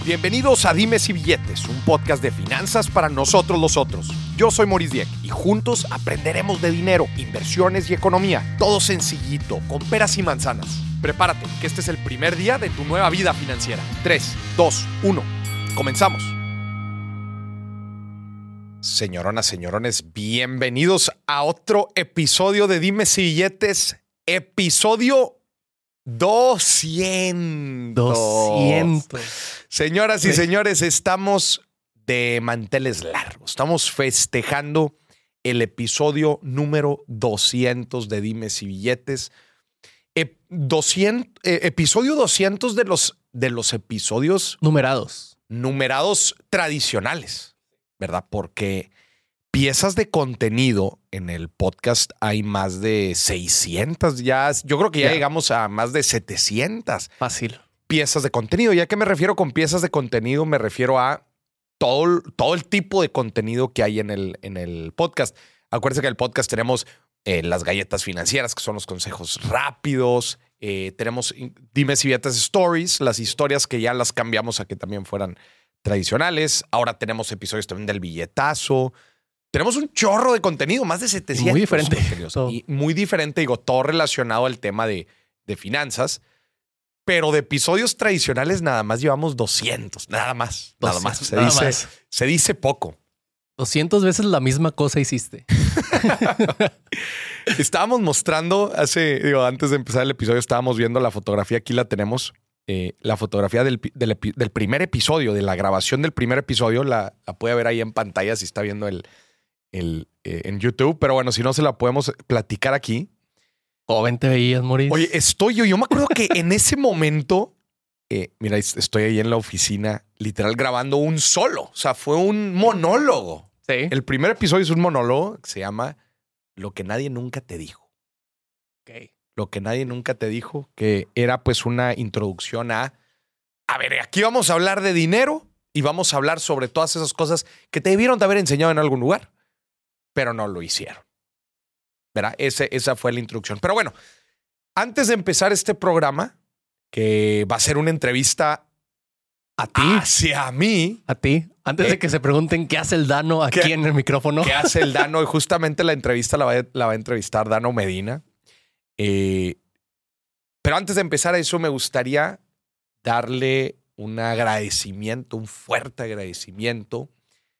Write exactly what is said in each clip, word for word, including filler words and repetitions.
Bienvenidos a Dimes y Billetes, un podcast de finanzas para nosotros los otros. Yo soy Maurice Dieck y juntos aprenderemos de dinero, inversiones y economía. Todo sencillito, con peras y manzanas. Prepárate, que este es el primer día de tu nueva vida financiera. tres, dos, uno. Comenzamos. Señoronas, señorones, bienvenidos a otro episodio de Dimes y Billetes. Episodio doscientos. doscientos. Señoras y señores, estamos de manteles largos. Estamos festejando el episodio número doscientos de Dimes y Billetes. E- doscientos, eh, episodio doscientos de los, de los episodios Numerados. numerados tradicionales, ¿verdad? Porque piezas de contenido en el podcast hay más de seiscientas. Ya, yo creo que ya, Ya. llegamos a más de setecientas Fácil. piezas de contenido. ¿Ya que me refiero con piezas de contenido? Me refiero a todo, todo el tipo de contenido que hay en el, en el podcast. Acuérdense que en el podcast tenemos eh, las galletas financieras, que son los consejos rápidos. Eh, tenemos Dimes y Billetes Stories, las historias que ya las cambiamos a que también fueran tradicionales. Ahora tenemos episodios también del billetazo. Tenemos un chorro de contenido, más de setecientos. Muy diferente. contenidos. Todo. Y muy diferente, digo, todo relacionado al tema de, de finanzas. Pero de episodios tradicionales nada más llevamos doscientos. Nada más. Nada más. doscientos, Se, nada dice, más. se dice poco. doscientas veces la misma cosa hiciste. Estábamos mostrando hace, digo, antes de empezar el episodio, estábamos viendo la fotografía. Aquí la tenemos. Eh, la fotografía del, pi- del, epi- del primer episodio, de la grabación del primer episodio. La, la puede ver ahí en pantalla si está viendo el, el, eh, en YouTube. Pero bueno, si no, se la podemos platicar aquí. Joven te veías, Maurice. Oye, estoy yo. Yo me acuerdo que en ese momento, eh, mira, estoy ahí en la oficina, literal grabando un solo. O sea, fue un monólogo. Sí. El primer episodio es un monólogo que se llama Lo que nadie nunca te dijo. Ok. Lo que nadie nunca te dijo, que era pues una introducción a, a ver, aquí vamos a hablar de dinero y vamos a hablar sobre todas esas cosas que te debieron de haber enseñado en algún lugar, pero no lo hicieron. ¿Verdad? Ese, esa fue la introducción. Pero bueno, antes de empezar este programa, que va a ser una entrevista A ti. hacia mí, A ti. Antes Eh, de que se pregunten qué hace el Dano aquí ¿qué- en el micrófono. que hace el Dano, y justamente la entrevista la va, a- la va a entrevistar Dano Medina. Eh, pero antes de empezar eso, me gustaría darle un agradecimiento, un fuerte agradecimiento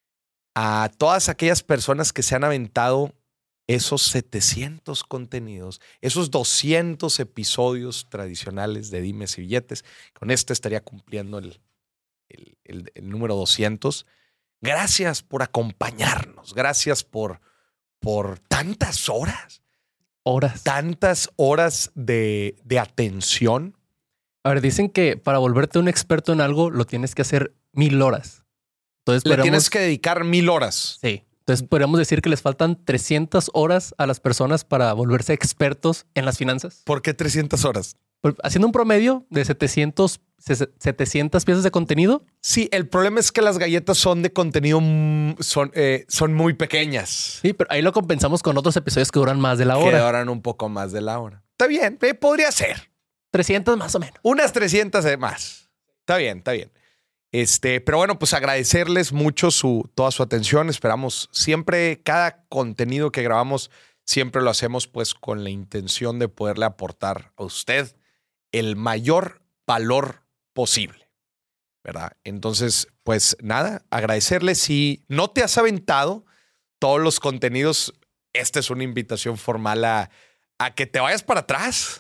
a todas aquellas personas que se han aventado esos setecientos contenidos, esos doscientos episodios tradicionales de Dimes y Billetes. Con este estaría cumpliendo el, el, el- el número doscientos. Gracias por acompañarnos. Gracias por, por tantas horas, Horas. tantas horas de, de atención. A ver, dicen que para volverte un experto en algo lo tienes que hacer mil horas. Entonces Le podríamos... tienes que dedicar mil horas. Sí. Entonces podríamos decir que les faltan trescientas horas a las personas para volverse expertos en las finanzas. ¿Por qué trescientas horas? Por- Haciendo un promedio de setecientos, se- setecientas piezas de contenido. Sí, el problema es que las galletas son de contenido, mm, son, eh, son muy pequeñas. Sí, pero ahí lo compensamos con otros episodios que duran más de la Que hora. duran un poco más de la hora. Está bien, eh, podría ser. trescientas más o menos. Unas trescientas de más. Está bien, está bien. Este, pero bueno, pues agradecerles mucho su, toda su atención. Esperamos siempre, cada contenido que grabamos, siempre lo hacemos pues con la intención de poderle aportar a usted el mayor valor posible, ¿verdad? Entonces, pues nada, agradecerle. Si no te has aventado todos los contenidos, esta es una invitación formal a, a que te vayas para atrás.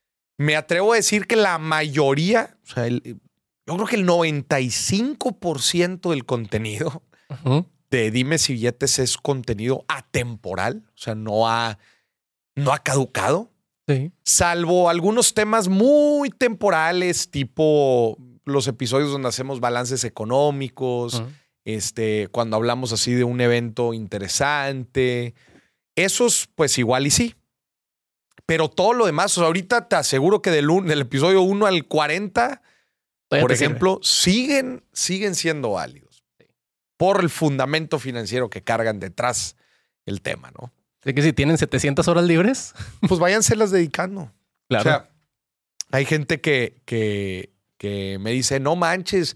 Me atrevo a decir que la mayoría, o sea, el, yo creo que el noventa y cinco por ciento del contenido Ujú. de Dimes y Billetes es contenido atemporal, o sea, no ha, no ha caducado. Sí. Salvo algunos temas muy temporales, tipo los episodios donde hacemos balances económicos, Ujú. este, cuando hablamos así de un evento interesante. Esos, pues igual y sí. Pero todo lo demás, o sea, ahorita te aseguro que del, un- del episodio uno al cuarenta, Todavía por te sirve. ejemplo, siguen, siguen siendo válidos. Por el fundamento financiero que cargan detrás el tema, ¿no? Así que si tienen setecientas horas libres, Pues váyanselas dedicando. claro. O sea, hay gente que, que, que me dice, no manches,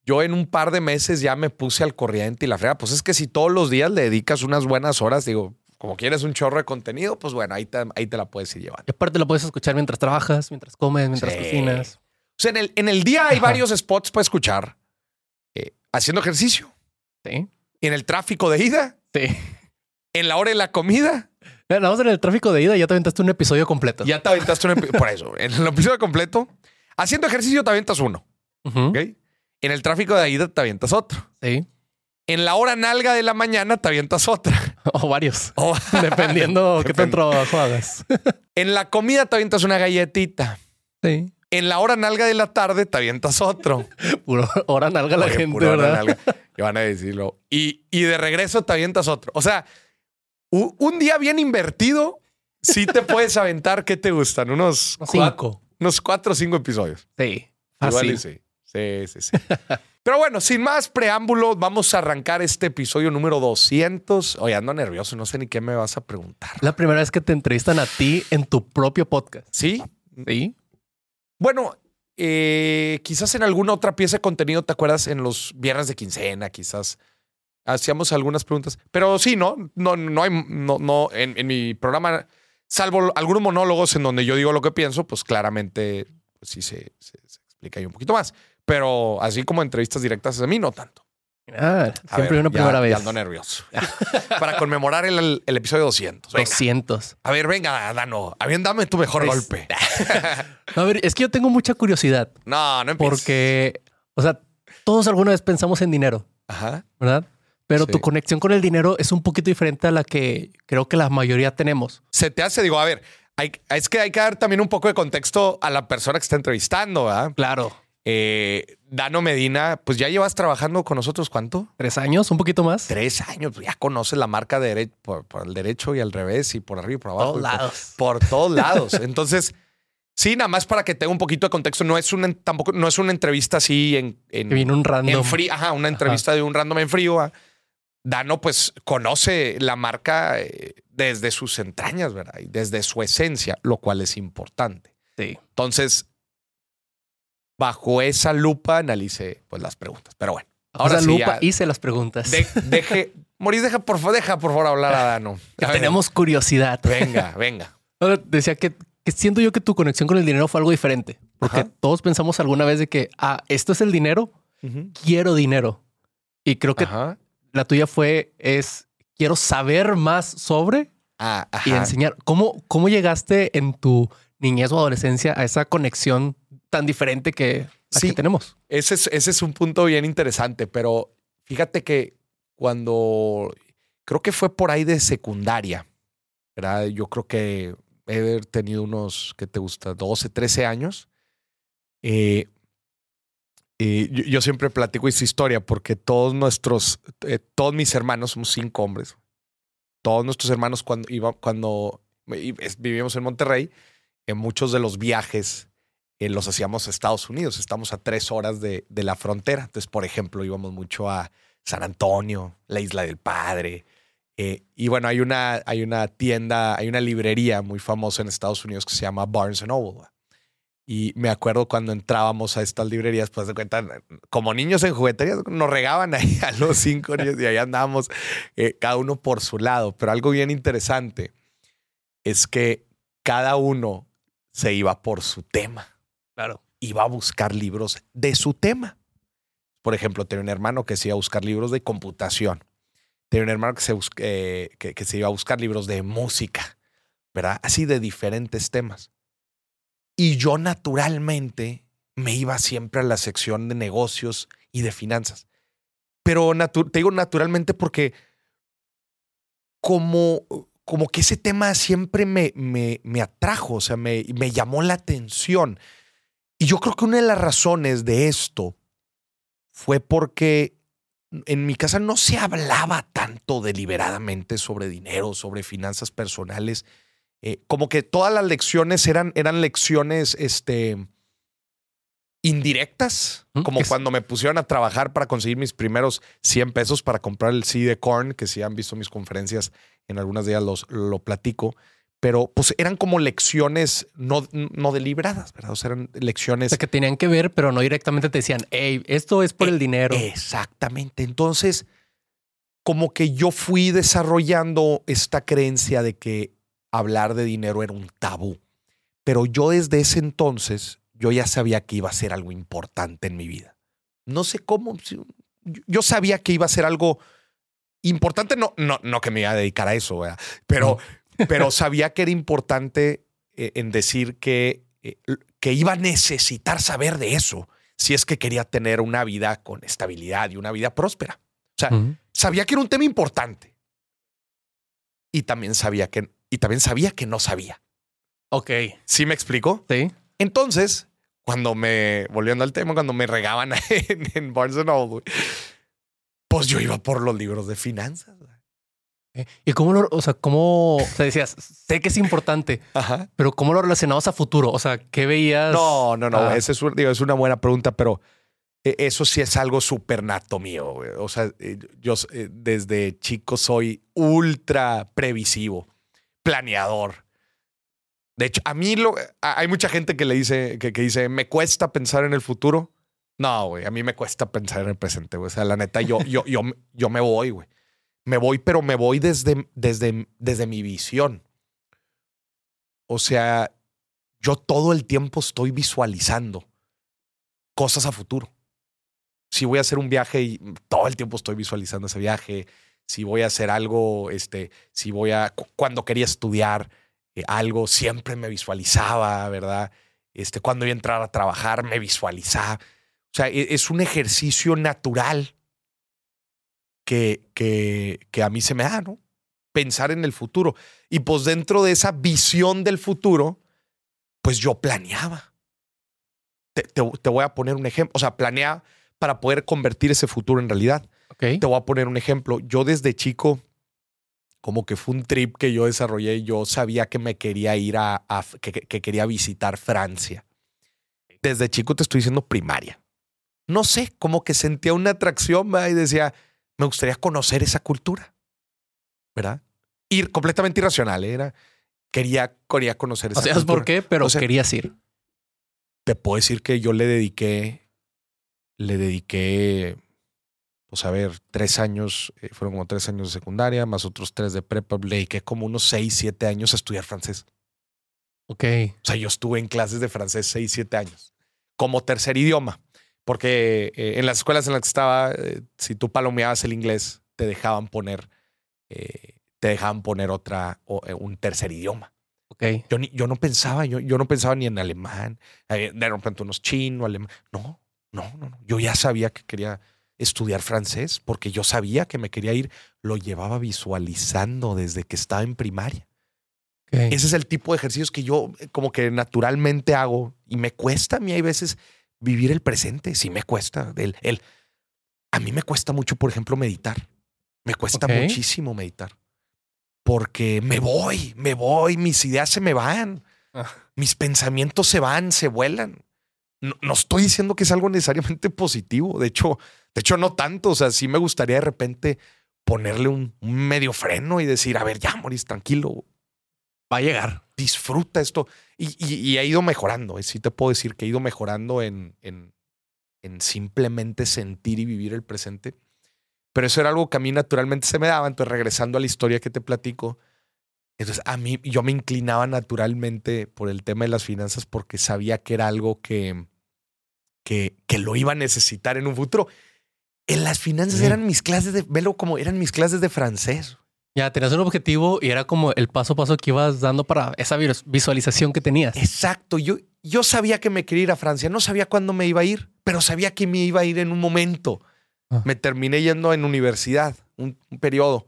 yo en un par de meses ya me puse al corriente y la frega. Pues es que si todos los días le dedicas unas buenas horas, digo, como quieres un chorro de contenido, pues bueno, ahí te, ahí te la puedes ir llevando. Y aparte lo puedes escuchar mientras trabajas, mientras comes, mientras Sí. cocinas. O sea, en el, en el día hay Ajá. varios spots para escuchar. Eh, haciendo ejercicio. Sí. En el tráfico de ida. Sí. En la hora de la comida. Mira, nada más en el tráfico de ida ya te aventaste un episodio completo. Ya te aventaste un episodio. Por eso, en el episodio completo. Haciendo ejercicio te avientas uno. Uh-huh. ¿Ok? En el tráfico de ida te avientas otro. Sí. En la hora nalga de la mañana te avientas otra. O varios. O- Dependiendo qué tan Depende. trabajo hagas. En la comida te avientas una galletita. Sí. En la hora nalga de la tarde te avientas otro. Puro hora nalga la Oye, gente, pura hora ¿verdad? nalga. Y van a decirlo. Y, y de regreso te avientas otro. O sea, u- un día bien invertido, sí te puedes aventar. ¿Qué te gustan? Unos Unos cuatro, Cinco. unos cuatro o cinco episodios. Sí. Igual y Fácil. sí. Sí, sí, sí. Pero bueno, sin más preámbulos, vamos a arrancar este episodio número doscientos. Oye, ando nervioso, no sé ni qué me vas a preguntar. La primera vez que te entrevistan a ti en tu propio podcast. ¿Sí? Sí. Bueno, eh, quizás en alguna otra pieza de contenido, ¿te acuerdas? En los viernes de quincena, quizás hacíamos algunas preguntas. Pero sí, ¿no? No, no hay, no, no, en, en mi programa, salvo algunos monólogos en donde yo digo lo que pienso, pues claramente pues sí se, se, se explica ahí un poquito más. Pero así como entrevistas directas a mí, no tanto. Ah, A siempre ver, una ya- primera vez. Ya ando nervioso. Para conmemorar el, el episodio doscientos. Venga. doscientos. A ver, venga, Dano. A ver, dame tu mejor Pues- golpe. A ver, es que yo tengo mucha curiosidad No, no empieces. porque, o sea, todos alguna vez pensamos en dinero, Ajá. ¿verdad? Pero Sí. tu conexión con el dinero es un poquito diferente a la que creo que la mayoría tenemos. Se te hace, digo, a ver, hay, es que hay que dar también un poco de contexto a la persona que está entrevistando, ¿verdad? Claro. Eh, Dano Medina, pues ya llevas trabajando con nosotros, ¿cuánto? ¿Tres años? ¿Un poquito más? Tres años. Pues ya conoces la marca de dere- por, por el derecho y al revés y por arriba y por abajo. Todos y por- lados. Por, todos lados. Entonces, sí, nada más para que tenga un poquito de contexto, no es una, tampoco, no es una entrevista así en, en, Que viene un random. en frío. Ajá, una entrevista de un random en frío. ¿ah? Dano, pues, conoce la marca eh, desde sus entrañas, ¿verdad? Y desde su esencia, lo cual es importante. Sí. Entonces, bajo esa lupa analicé pues las preguntas. Pero bueno, Ahora ahora sí lupa ya, hice las preguntas. de- deje, Moris, deja por favor, deja por favor hablar a Dano. Que A ver, tenemos curiosidad. venga, venga. Ahora, decía que, que siento yo que tu conexión con el dinero fue algo diferente. Porque Ajá. todos pensamos alguna vez de que, ah, esto es el dinero, Ujú. quiero dinero. Y creo que Ajá. la tuya fue, es, quiero saber más sobre Ah, y ajá. enseñar. ¿Cómo, ¿Cómo llegaste en tu niñez o adolescencia a esa conexión tan diferente que la Sí. que tenemos? Ese es, ese es un punto bien interesante, pero fíjate que cuando creo que fue por ahí de secundaria, ¿verdad? Yo creo que he de haber tenido unos, ¿qué te gusta? doce, trece años. Eh, eh, yo, yo siempre platico esta historia porque todos nuestros, eh, todos mis hermanos, somos cinco hombres, todos nuestros hermanos cuando iba, cuando i- es- vivíamos en Monterrey, en muchos de los viajes eh, los hacíamos a Estados Unidos. Estamos a tres horas de, de la frontera. Entonces, por ejemplo, íbamos mucho a San Antonio, la Isla del Padre. Eh, y bueno, hay una, hay una tienda, hay una librería muy famosa en Estados Unidos que se llama Barnes and Noble. ¿va? Y me acuerdo cuando entrábamos a estas librerías, pues de cuenta, como niños en jugueterías, nos regaban ahí a los cinco niños y ahí andábamos eh, cada uno por su lado. Pero algo bien interesante es que cada uno se iba por su tema. Claro. Iba a buscar libros de su tema. Por ejemplo, tenía un hermano que se iba a buscar libros de computación. Tenía un hermano que se, bus- eh, que, que se iba a buscar libros de música, ¿verdad? Así de diferentes temas. Y yo naturalmente me iba siempre a la sección de negocios y de finanzas. Pero natu- te digo naturalmente porque como, como que ese tema siempre me, me, me atrajo, o sea, me, me llamó la atención. Y yo creo que una de las razones de esto fue porque en mi casa no se hablaba tanto deliberadamente sobre dinero, sobre finanzas personales. Eh, como que todas las lecciones eran, eran lecciones este, indirectas, ¿Mm? como Es- cuando me pusieron a trabajar para conseguir mis primeros cien pesos para comprar el C D de Korn, que si han visto mis conferencias en algunas de ellas los, lo platico. pero pues eran como lecciones no, no deliberadas, ¿verdad? O sea, eran lecciones... O sea, que tenían que ver, pero no directamente te decían, hey, esto es por eh, el dinero. Exactamente. Entonces, como que yo fui desarrollando esta creencia de que hablar de dinero era un tabú. Pero yo desde ese entonces, yo ya sabía que iba a ser algo importante en mi vida. No sé cómo, yo sabía que iba a ser algo importante, no, no, no que me iba a dedicar a eso, ¿verdad? Pero, no. pero sabía que era importante eh, en decir que, eh, que iba a necesitar saber de eso si es que quería tener una vida con estabilidad y una vida próspera. O sea, uh-huh. sabía que era un tema importante y también sabía que, y también sabía que no sabía. Ok. ¿Sí me explico? Sí. Entonces, cuando me, volviendo al tema, cuando me regaban en, en Barnes and Noble, pues yo iba por los libros de finanzas. ¿Y cómo lo, o sea, cómo, o sea, decías, sé que es importante, Ajá. pero cómo lo relacionabas a futuro? O sea, ¿qué veías? No, no, no, ah. esa es, digo, es una buena pregunta, pero eso sí es algo súper nato mío. Güey. O sea, yo desde chico soy ultra previsivo, planeador. De hecho, a mí lo, hay mucha gente que le dice, que, que dice, me cuesta pensar en el futuro. No, güey, a mí me cuesta pensar en el presente. Güey. O sea, la neta, yo, yo, yo, yo me voy, güey. Me voy, pero me voy desde, desde, desde mi visión. O sea, yo todo el tiempo estoy visualizando cosas a futuro. Si voy a hacer un viaje y todo el tiempo estoy visualizando ese viaje. Si voy a hacer algo, este, si voy a, cuando quería estudiar eh, algo, siempre me visualizaba, ¿verdad? Este, cuando iba a entrar a trabajar, me visualizaba. O sea, es un ejercicio natural que, que, que a mí se me da, ¿no? Pensar en el futuro. Y pues dentro de esa visión del futuro, pues yo planeaba. Te, te, te voy a poner un ejemplo. O sea, planeaba para poder convertir ese futuro en realidad. Okay. Te voy a poner un ejemplo. Yo desde chico, como que fue un trip que yo desarrollé, yo sabía que me quería ir a, a que, que quería visitar Francia. Desde chico te estoy diciendo primaria. No sé, como que sentía una atracción, ¿verdad? Y decía, me gustaría conocer esa cultura, ¿verdad? Ir completamente irracional, ¿eh? Era, quería, quería conocer esa cultura. O sea, cultura. ¿por qué? Pero o sea, querías ir. Te puedo decir que yo le dediqué, le dediqué, pues a ver, tres años, eh, fueron como tres años de secundaria, más otros tres de prepa, le dediqué como unos seis, siete años a estudiar francés. Ok. O sea, yo estuve en clases de francés seis, siete años, como tercer idioma. Porque eh, en las escuelas en las que estaba, eh, si tú palomeabas el inglés, te dejaban poner, eh, te dejaban poner otra, o, eh, un tercer idioma. Okay. Yo, ni, yo no pensaba, yo, yo no pensaba ni en alemán, eh, de repente unos chino, alemán. No, no, no, no. Yo ya sabía que quería estudiar francés porque yo sabía que me quería ir. Lo llevaba visualizando desde que estaba en primaria. Okay. Ese es el tipo de ejercicios que yo como que naturalmente hago y me cuesta a mí hay veces vivir el presente. Sí me cuesta. El, el, a mí me cuesta mucho, por ejemplo, meditar. Me cuesta okay. muchísimo meditar. Porque me voy, me voy, mis ideas se me van. Ah. Mis pensamientos se van, se vuelan. No, no estoy diciendo que es algo necesariamente positivo. De hecho, de hecho, no tanto. O sea, sí me gustaría de repente ponerle un, un medio freno y decir, a ver, ya, Moris, tranquilo. Va a llegar. Disfruta esto. Y, y, y he ido mejorando. Sí te puedo decir que he ido mejorando en, en, en simplemente sentir y vivir el presente. Pero eso era algo que a mí naturalmente se me daba. Entonces, regresando a la historia que te platico, entonces a mí yo me inclinaba naturalmente por el tema de las finanzas porque sabía que era algo que, que, que lo iba a necesitar en un futuro. En las finanzas sí. eran mis clases de, velo como eran mis clases de francés. Ya tenías un objetivo y era como el paso a paso que ibas dando para esa visualización que tenías. Exacto. Yo, yo sabía que me quería ir a Francia. No sabía cuándo me iba a ir, pero sabía que me iba a ir en un momento. Ah. Me terminé yendo en universidad, un, un periodo.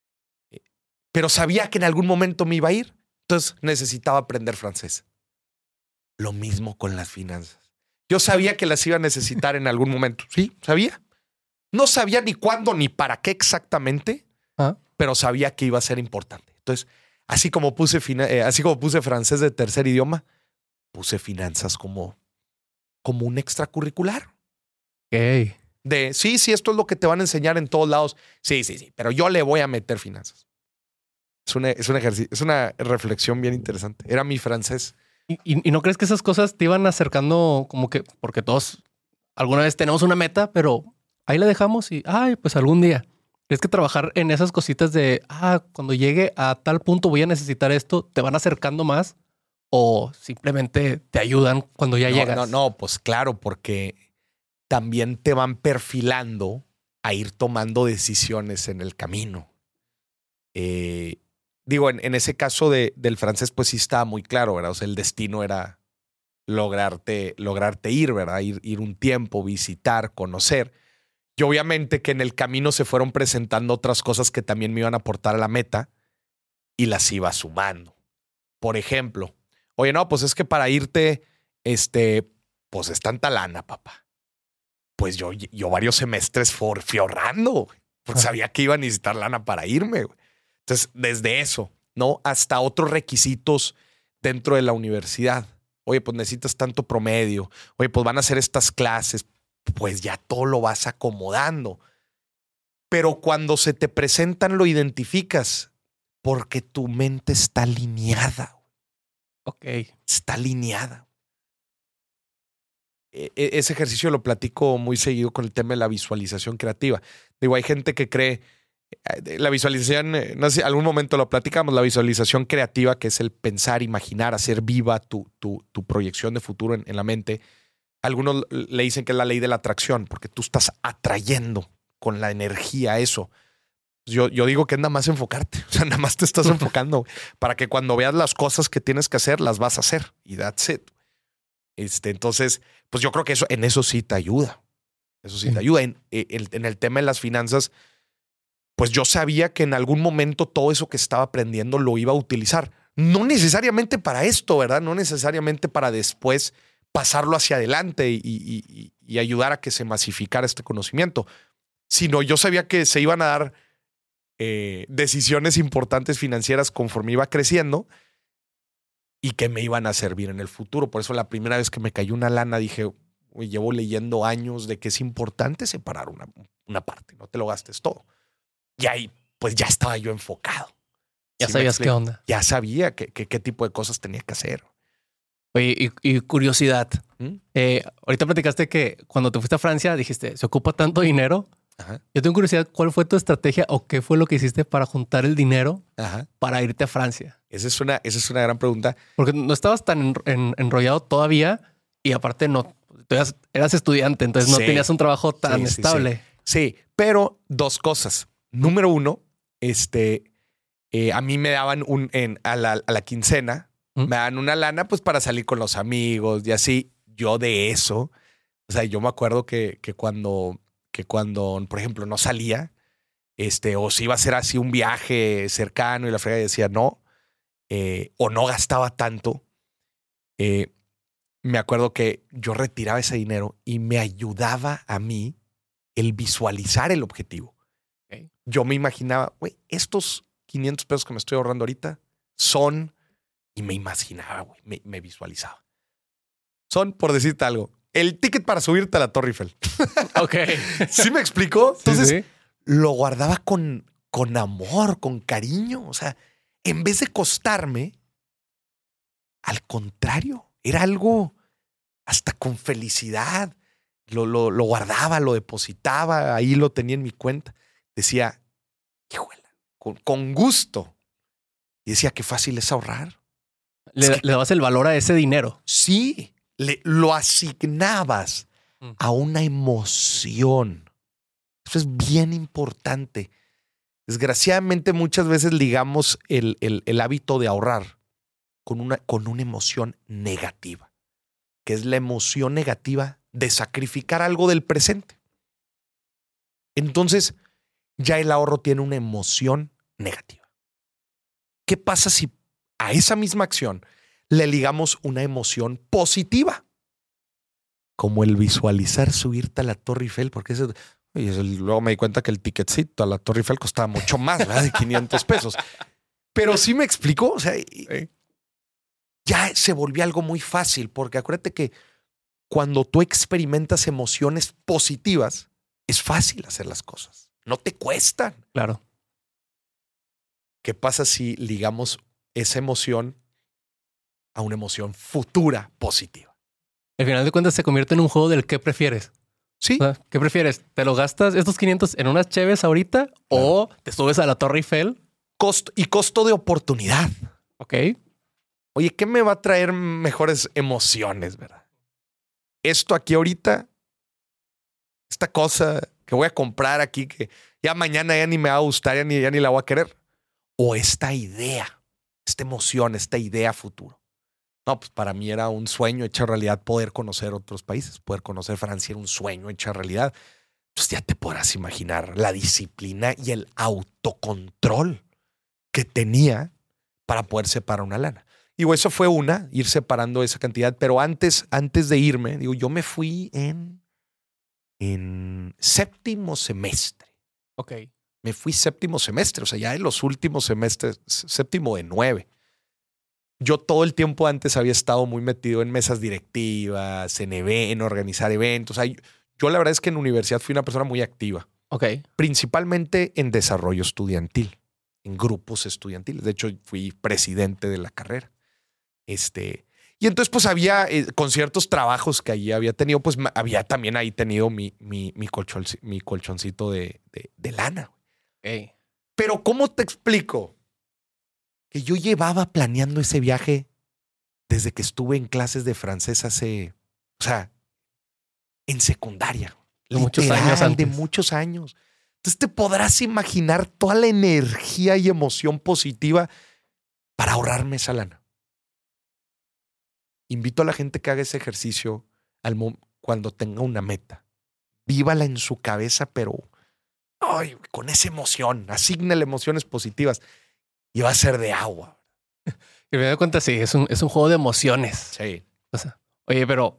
Pero sabía que en algún momento me iba a ir. Entonces necesitaba aprender francés. Lo mismo con las finanzas. Yo sabía que las iba a necesitar en algún momento. Sí, sabía. No sabía ni cuándo ni para qué exactamente. Ah. Pero sabía que iba a ser importante. Entonces, así como puse, eh, así como puse francés de tercer idioma, puse finanzas como, como un extracurricular. Okay. De, sí, sí, esto es lo que te van a enseñar en todos lados. Sí, sí, sí, pero yo le voy a meter finanzas. Es, una, es un ejercicio, es una reflexión bien interesante. Era mi francés. ¿Y, y, y no crees que esas cosas te iban acercando como que, porque todos alguna vez tenemos una meta, pero ahí la dejamos y, ay, pues algún día. ¿Crees que trabajar en esas cositas de, ah, cuando llegue a tal punto voy a necesitar esto, te van acercando más o simplemente te ayudan cuando ya no, llegas? No, no, pues claro, porque también te van perfilando a ir tomando decisiones en el camino. Eh, digo, en, en ese caso de, del francés, pues sí estaba muy claro, ¿verdad? O sea, el destino era lograrte, lograrte ir, ¿verdad? Ir, ir un tiempo, visitar, conocer. Y obviamente que en el camino se fueron presentando otras cosas que también me iban a aportar a la meta y las iba sumando. Por ejemplo, oye, no, pues es que para irte, este, pues es tanta lana, papá. Pues yo, yo varios semestres for, fui ahorrando, porque sabía que iba a necesitar lana para irme. Güey. Entonces, desde eso, ¿no? Hasta otros requisitos dentro de la universidad. Oye, pues necesitas tanto promedio. Oye, pues van a hacer estas clases. Pues ya todo lo vas acomodando. Pero cuando se te presentan, lo identificas porque tu mente está alineada. Ok. Está alineada. Ese ejercicio lo platico muy seguido con el tema de la visualización creativa. Digo, hay gente que cree la visualización, no sé, algún momento lo platicamos, la visualización creativa, que es el pensar, imaginar, hacer viva tu, tu, tu proyección de futuro en, en la mente. Algunos le dicen que es la ley de la atracción, porque tú estás atrayendo con la energía eso. Yo, yo digo que es nada más enfocarte, o sea, nada más te estás enfocando para que cuando veas las cosas que tienes que hacer, las vas a hacer y that's it. Este, entonces, pues yo creo que eso, en eso sí te ayuda. Eso sí te ayuda. En, en, en el tema de las finanzas, pues yo sabía que en algún momento todo eso que estaba aprendiendo lo iba a utilizar. No necesariamente para esto, ¿verdad? No necesariamente para después pasarlo hacia adelante y, y, y ayudar a que se masificara este conocimiento, sino yo sabía que se iban a dar eh, decisiones importantes financieras conforme iba creciendo y que me iban a servir en el futuro. Por eso la primera vez que me cayó una lana dije, uy, llevo leyendo años de que es importante separar una, una parte, no te lo gastes todo. Y ahí pues ya estaba yo enfocado. Ya ¿Sí sabías qué onda. Ya sabía qué que, que tipo de cosas tenía que hacer. Oye, y, y curiosidad. ¿Mm? Eh, ahorita platicaste que cuando te fuiste a Francia dijiste, ¿se ocupa tanto dinero? Ajá. Yo tengo curiosidad, ¿cuál fue tu estrategia o qué fue lo que hiciste para juntar el dinero Ajá. para irte a Francia? Esa es una, esa es una gran pregunta. Porque no estabas tan en, en, enrollado todavía y aparte no, tú eras, eras estudiante, entonces sí. no tenías un trabajo tan sí, estable. Sí, sí. sí, pero dos cosas. Número uno, este, eh, a mí me daban un, en, a, la, a la quincena, ¿Mm? me daban una lana pues para salir con los amigos y así. Yo de eso, o sea, yo me acuerdo que, que cuando... que cuando, por ejemplo, no salía, este, o si iba a hacer así un viaje cercano y la frega decía no, eh, o no gastaba tanto, eh, me acuerdo que yo retiraba ese dinero y me ayudaba a mí el visualizar el objetivo. Okay. Yo me imaginaba, güey, estos quinientos pesos que me estoy ahorrando ahorita son, y me imaginaba, güey, me, me visualizaba. Son, por decirte algo, el ticket para subirte a la Torre Eiffel. Ok. ¿Sí me explicó? Entonces, sí, sí. lo guardaba con, con amor, con cariño. O sea, en vez de costarme, al contrario, era algo hasta con felicidad. Lo, lo, lo guardaba, lo depositaba, ahí lo tenía en mi cuenta. Decía, híjole, con, con gusto. Y decía, qué fácil es ahorrar. Le, es que, le dabas el valor a ese dinero. Sí. Le, lo asignabas mm. a una emoción. Eso es bien importante. Desgraciadamente, muchas veces ligamos el, el, el hábito de ahorrar con una, con una emoción negativa, que es la emoción negativa de sacrificar algo del presente. Entonces, ya el ahorro tiene una emoción negativa. ¿Qué pasa si a esa misma acción le ligamos una emoción positiva? Como el visualizar subirte a la Torre Eiffel, porque eso, y eso, luego me di cuenta que el ticketcito a la Torre Eiffel costaba mucho más, ¿verdad? De quinientos pesos. Pero sí me explicó, o sea, sí. ya se volvió algo muy fácil, porque acuérdate que cuando tú experimentas emociones positivas, es fácil hacer las cosas. No te cuestan. Claro. ¿qué pasa si ligamos esa emoción a una emoción futura positiva? Al final de cuentas se convierte en un juego del qué prefieres. Sí. O sea, ¿qué prefieres? ¿Te lo gastas estos quinientos en unas cheves ahorita claro. o te subes a la Torre Eiffel? Costo y costo de oportunidad. Ok. Oye, ¿qué me va a traer mejores emociones, verdad? Esto aquí ahorita, esta cosa que voy a comprar aquí que ya mañana ya ni me va a gustar, ya ni, ya ni la voy a querer. O esta idea, esta emoción, esta idea futuro. No, pues para mí era un sueño hecho realidad poder conocer otros países, poder conocer Francia era un sueño hecho realidad. Pues ya te podrás imaginar la disciplina y el autocontrol que tenía para poder separar una lana. Digo, eso fue una, ir separando esa cantidad, pero antes, antes de irme, digo, yo me fui en, en séptimo semestre. Ok. Me fui séptimo semestre, o sea, ya en los últimos semestres, séptimo de nueve. Yo todo el tiempo antes había estado muy metido en mesas directivas, en, en organizar eventos. O sea, yo, yo la verdad es que en la universidad fui una persona muy activa. Ok. Principalmente en desarrollo estudiantil, en grupos estudiantiles. De hecho, fui presidente de la carrera. Este, y entonces, pues había eh, con ciertos trabajos que allí había tenido, pues había también ahí tenido mi, mi, mi, colchon, mi colchoncito de, de, de lana. Okay. Pero ¿cómo te explico? Que yo llevaba planeando ese viaje desde que estuve en clases de francés hace, o sea, en secundaria. De muchos años antes. De muchos años. Entonces te podrás imaginar toda la energía y emoción positiva para ahorrarme esa lana. Invito a la gente que haga ese ejercicio al cuando tenga una meta. Vívala en su cabeza, pero ay, con esa emoción. Asígnale emociones positivas. Y va a ser de agua. Y me doy cuenta, sí, es un, es un juego de emociones. Sí. O sea, oye, pero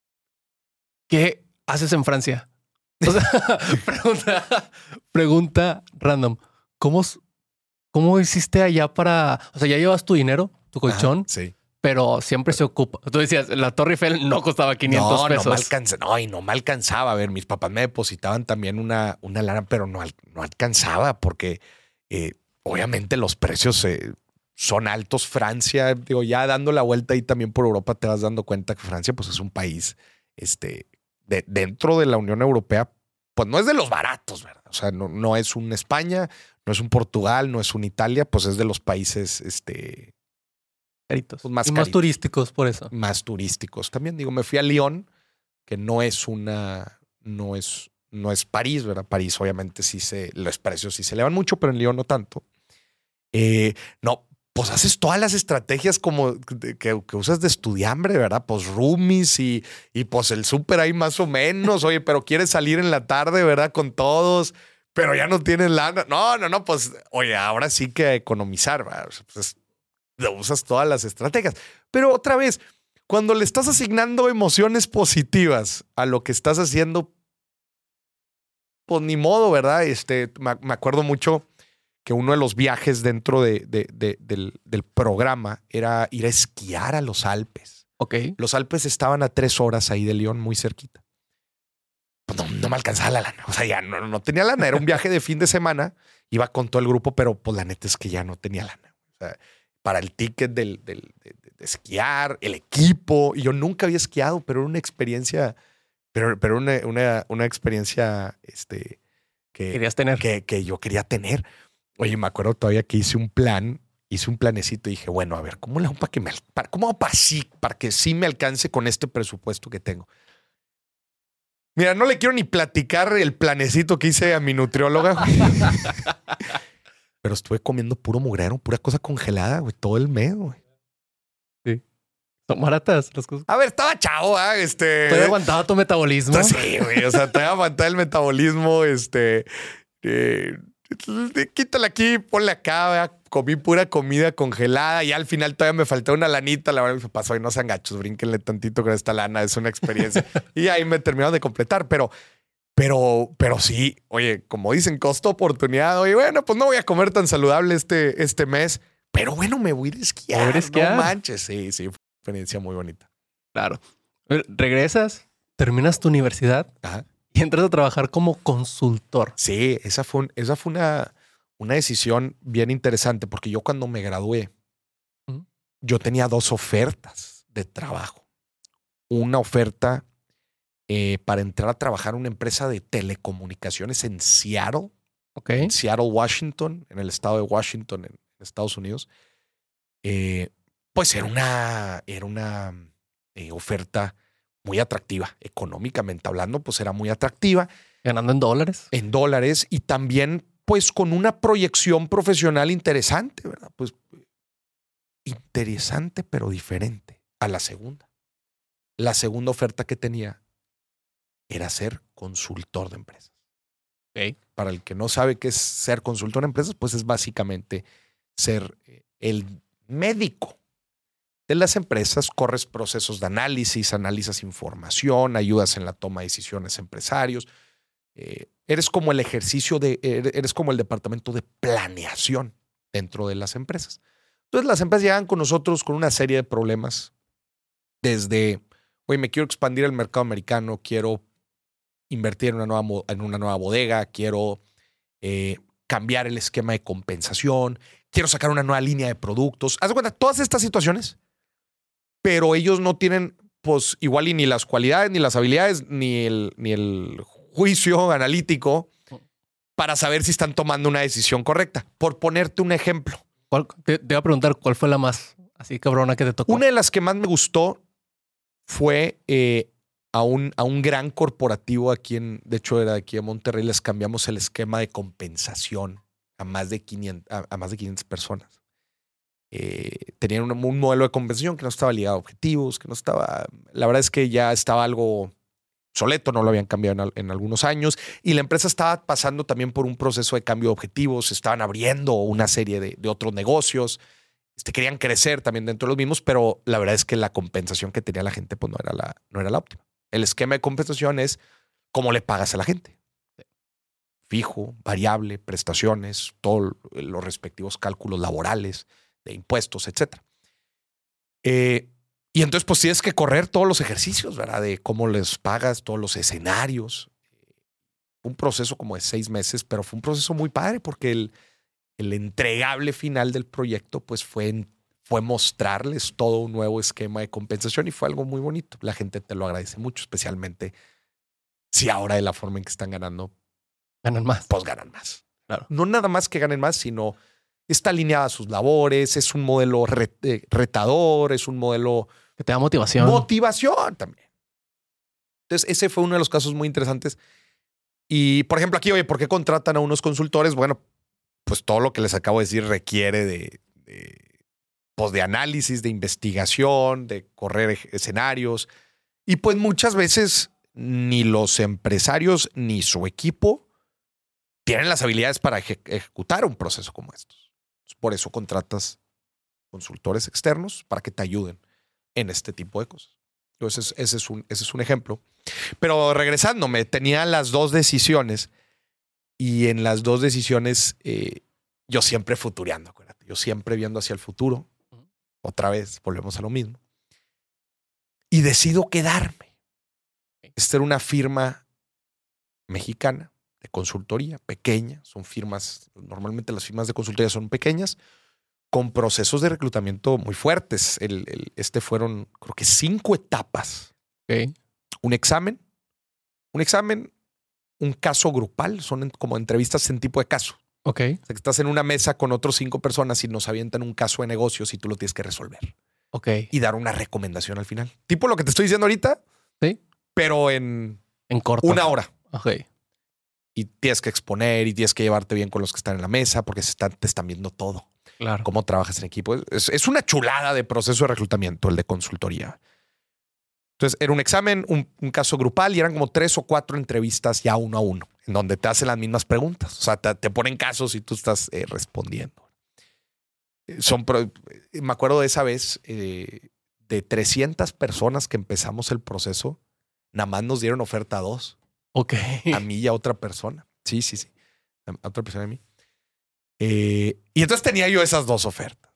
¿qué haces en Francia? O sea, pregunta, pregunta random. ¿Cómo, ¿Cómo hiciste allá para... O sea, ya llevas tu dinero, tu colchón. Ajá, sí. Pero siempre se ocupa. Tú decías, la Torre Eiffel no costaba quinientos no, pesos. No, me alcanza, no, y no me alcanzaba. A ver, mis papás me depositaban también una, una lana, pero no, no alcanzaba porque eh, obviamente los precios eh, son altos. Francia, digo, ya dando la vuelta ahí también por Europa te vas dando cuenta que Francia pues es un país este, de, dentro de la Unión Europea, pues no es de los baratos, ¿verdad? O sea, no, no es un España, no es un Portugal, no es un Italia, pues es de los países... este Caritos. Pues más, y más turísticos por eso. Más turísticos. También digo, me fui a Lyon, que no es una, no es, no es París, ¿verdad? París obviamente sí se, los precios sí se elevan mucho, pero en Lyon no tanto. Eh, no, pues haces todas las estrategias como que, que usas de estudiambre, ¿verdad? Pues roomies y, y pues el súper ahí más o menos. Oye, pero quieres salir en la tarde, ¿verdad? Con todos, pero ya no tienes lana. No, no, no, pues oye, ahora sí que economizar, ¿verdad? Pues usas todas las estrategias. Pero otra vez, cuando le estás asignando emociones positivas a lo que estás haciendo, pues ni modo, ¿verdad? Este, me, me acuerdo mucho que uno de los viajes dentro de, de, de, del, del programa era ir a esquiar a los Alpes. Ok. Los Alpes estaban a tres horas ahí de Lyon, muy cerquita. Pues no, no me alcanzaba la lana. O sea, ya no, no tenía lana. Era un viaje de fin de semana. Iba con todo el grupo, pero pues la neta es que ya no tenía lana. O sea, para el ticket del, del, de, de esquiar, el equipo. Y yo nunca había esquiado, pero era una experiencia, pero, pero una, una, una experiencia este, que, querías tener. Que, que yo quería tener. Oye, me acuerdo todavía que hice un plan, hice un planecito y dije, bueno, a ver, ¿cómo le hago para que me, para, cómo hago para, sí, para que sí me alcance con este presupuesto que tengo? Mira, no le quiero ni platicar el planecito que hice a mi nutrióloga, güey. Pero estuve comiendo puro mugrero, pura cosa congelada, güey, todo el mes, güey. Sí. Son baratas las cosas. A ver, estaba chavo, ¿eh? Este. Todavía aguantaba tu metabolismo. Sí, güey. O sea, todavía aguantaba el metabolismo. Este. Eh, quítale aquí, ponle acá, ¿verdad? Comí pura comida congelada y al final todavía me faltó una lanita. La verdad me pasó y no sean gachos, brínquenle tantito con esta lana, es una experiencia. Y ahí me terminaron de completar, pero. Pero, pero sí, oye, como dicen, costo oportunidad. Oye, bueno, pues no voy a comer tan saludable este, este mes, pero bueno, me voy a ir a esquiar. ¿Voy a esquiar? No manches. Sí, sí, fue una experiencia muy bonita. Claro. Regresas, terminas tu universidad. Ajá. Y entras a trabajar como consultor. Sí, esa fue, un, esa fue una, una decisión bien interesante, porque yo cuando me gradué, Ujú. yo tenía dos ofertas de trabajo. Una oferta eh, para entrar a trabajar en una empresa de telecomunicaciones en Seattle, Ok. en Seattle, Washington, en el estado de Washington, en Estados Unidos. Eh, pues era una, era una eh, oferta muy atractiva, económicamente hablando, pues era muy atractiva. Ganando en dólares. En dólares y también pues con una proyección profesional interesante, ¿verdad? Pues interesante pero diferente a la segunda. La segunda oferta que tenía era ser consultor de empresas. Ok. Para el que no sabe qué es ser consultor de empresas, pues es básicamente ser el médico de las empresas. Corres procesos de análisis, analizas información, ayudas en la toma de decisiones a empresarios. Eh, eres como el ejercicio de, eres como el departamento de planeación dentro de las empresas. Entonces las empresas llegan con nosotros con una serie de problemas desde, oye, me quiero expandir el mercado americano, quiero invertir en una nueva, en una nueva bodega, quiero eh, cambiar el esquema de compensación, quiero sacar una nueva línea de productos. Haz de cuenta, todas estas situaciones, pero ellos no tienen, pues, igual y ni las cualidades, ni las habilidades, ni el, ni el juicio analítico para saber si están tomando una decisión correcta. Por ponerte un ejemplo. ¿Cuál, te, te iba a preguntar cuál fue la más así cabrona que te tocó. Una de las que más me gustó fue eh, a, un, a un gran corporativo aquí en, de hecho era de aquí en Monterrey, les cambiamos el esquema de compensación a más de quinientas, a, a más de quinientas personas. Eh, tenían un, un modelo de compensación que no estaba ligado a objetivos, que no estaba, la verdad es que ya estaba algo obsoleto, no lo habían cambiado en, en algunos años y la empresa estaba pasando también por un proceso de cambio de objetivos, estaban abriendo una serie de, de otros negocios, este, querían crecer también dentro de los mismos, pero la verdad es que la compensación que tenía la gente pues no era la, no era la óptima. El esquema de compensación es cómo le pagas a la gente. Fijo, variable, prestaciones, todos los respectivos cálculos laborales, de impuestos, etcétera. Eh, y entonces pues tienes que correr todos los ejercicios, ¿verdad? De cómo les pagas, todos los escenarios. Un proceso como de seis meses, pero fue un proceso muy padre porque el, el entregable final del proyecto pues fue, fue mostrarles todo un nuevo esquema de compensación y fue algo muy bonito. La gente te lo agradece mucho, especialmente si ahora de la forma en que están ganando ganan más. Pues ganan más. Claro. No nada más que ganen más, sino está alineada a sus labores, es un modelo ret, eh, retador, es un modelo que te da motivación. Motivación también. Entonces, ese fue uno de los casos muy interesantes. Y, por ejemplo, aquí, oye, ¿por qué contratan a unos consultores? Bueno, pues todo lo que les acabo de decir requiere de, de, pues de análisis, de investigación, de correr escenarios. Y pues muchas veces ni los empresarios ni su equipo tienen las habilidades para eje ejecutar un proceso como estos. Por eso contratas consultores externos para que te ayuden en este tipo de cosas. Entonces, ese es un, ese es un ejemplo. Pero regresándome, tenía las dos decisiones y en las dos decisiones eh, yo siempre futureando, acuérdate, yo siempre viendo hacia el futuro. Otra vez, volvemos a lo mismo. Y decido quedarme. Esta era una firma mexicana de consultoría, pequeña. Son firmas, normalmente las firmas de consultoría son pequeñas, con procesos de reclutamiento muy fuertes. El, el, este fueron, creo que cinco etapas. Okay. Un examen, un examen, un caso grupal, son en, como entrevistas en tipo de caso. Ok. O sea, que estás en una mesa con otros cinco personas y nos avientan un caso de negocios y tú lo tienes que resolver. Ok. Y dar una recomendación al final. Tipo lo que te estoy diciendo ahorita. Sí. Pero en, en corto. Una hora. Ok. Y tienes que exponer y tienes que llevarte bien con los que están en la mesa porque se están, te están viendo todo. Claro. Cómo trabajas en equipo. Es, es una chulada de proceso de reclutamiento, el de consultoría. Entonces, era un examen, un, un caso grupal y eran como tres o cuatro entrevistas ya uno a uno, en donde te hacen las mismas preguntas. O sea, te, te ponen casos y tú estás eh, respondiendo. Son, me acuerdo de esa vez, eh, de trescientas personas que empezamos el proceso, nada más nos dieron oferta a dos. Ok. A mí y a otra persona. Sí, sí, sí. A otra persona y a mí. Eh, y entonces tenía yo esas dos ofertas.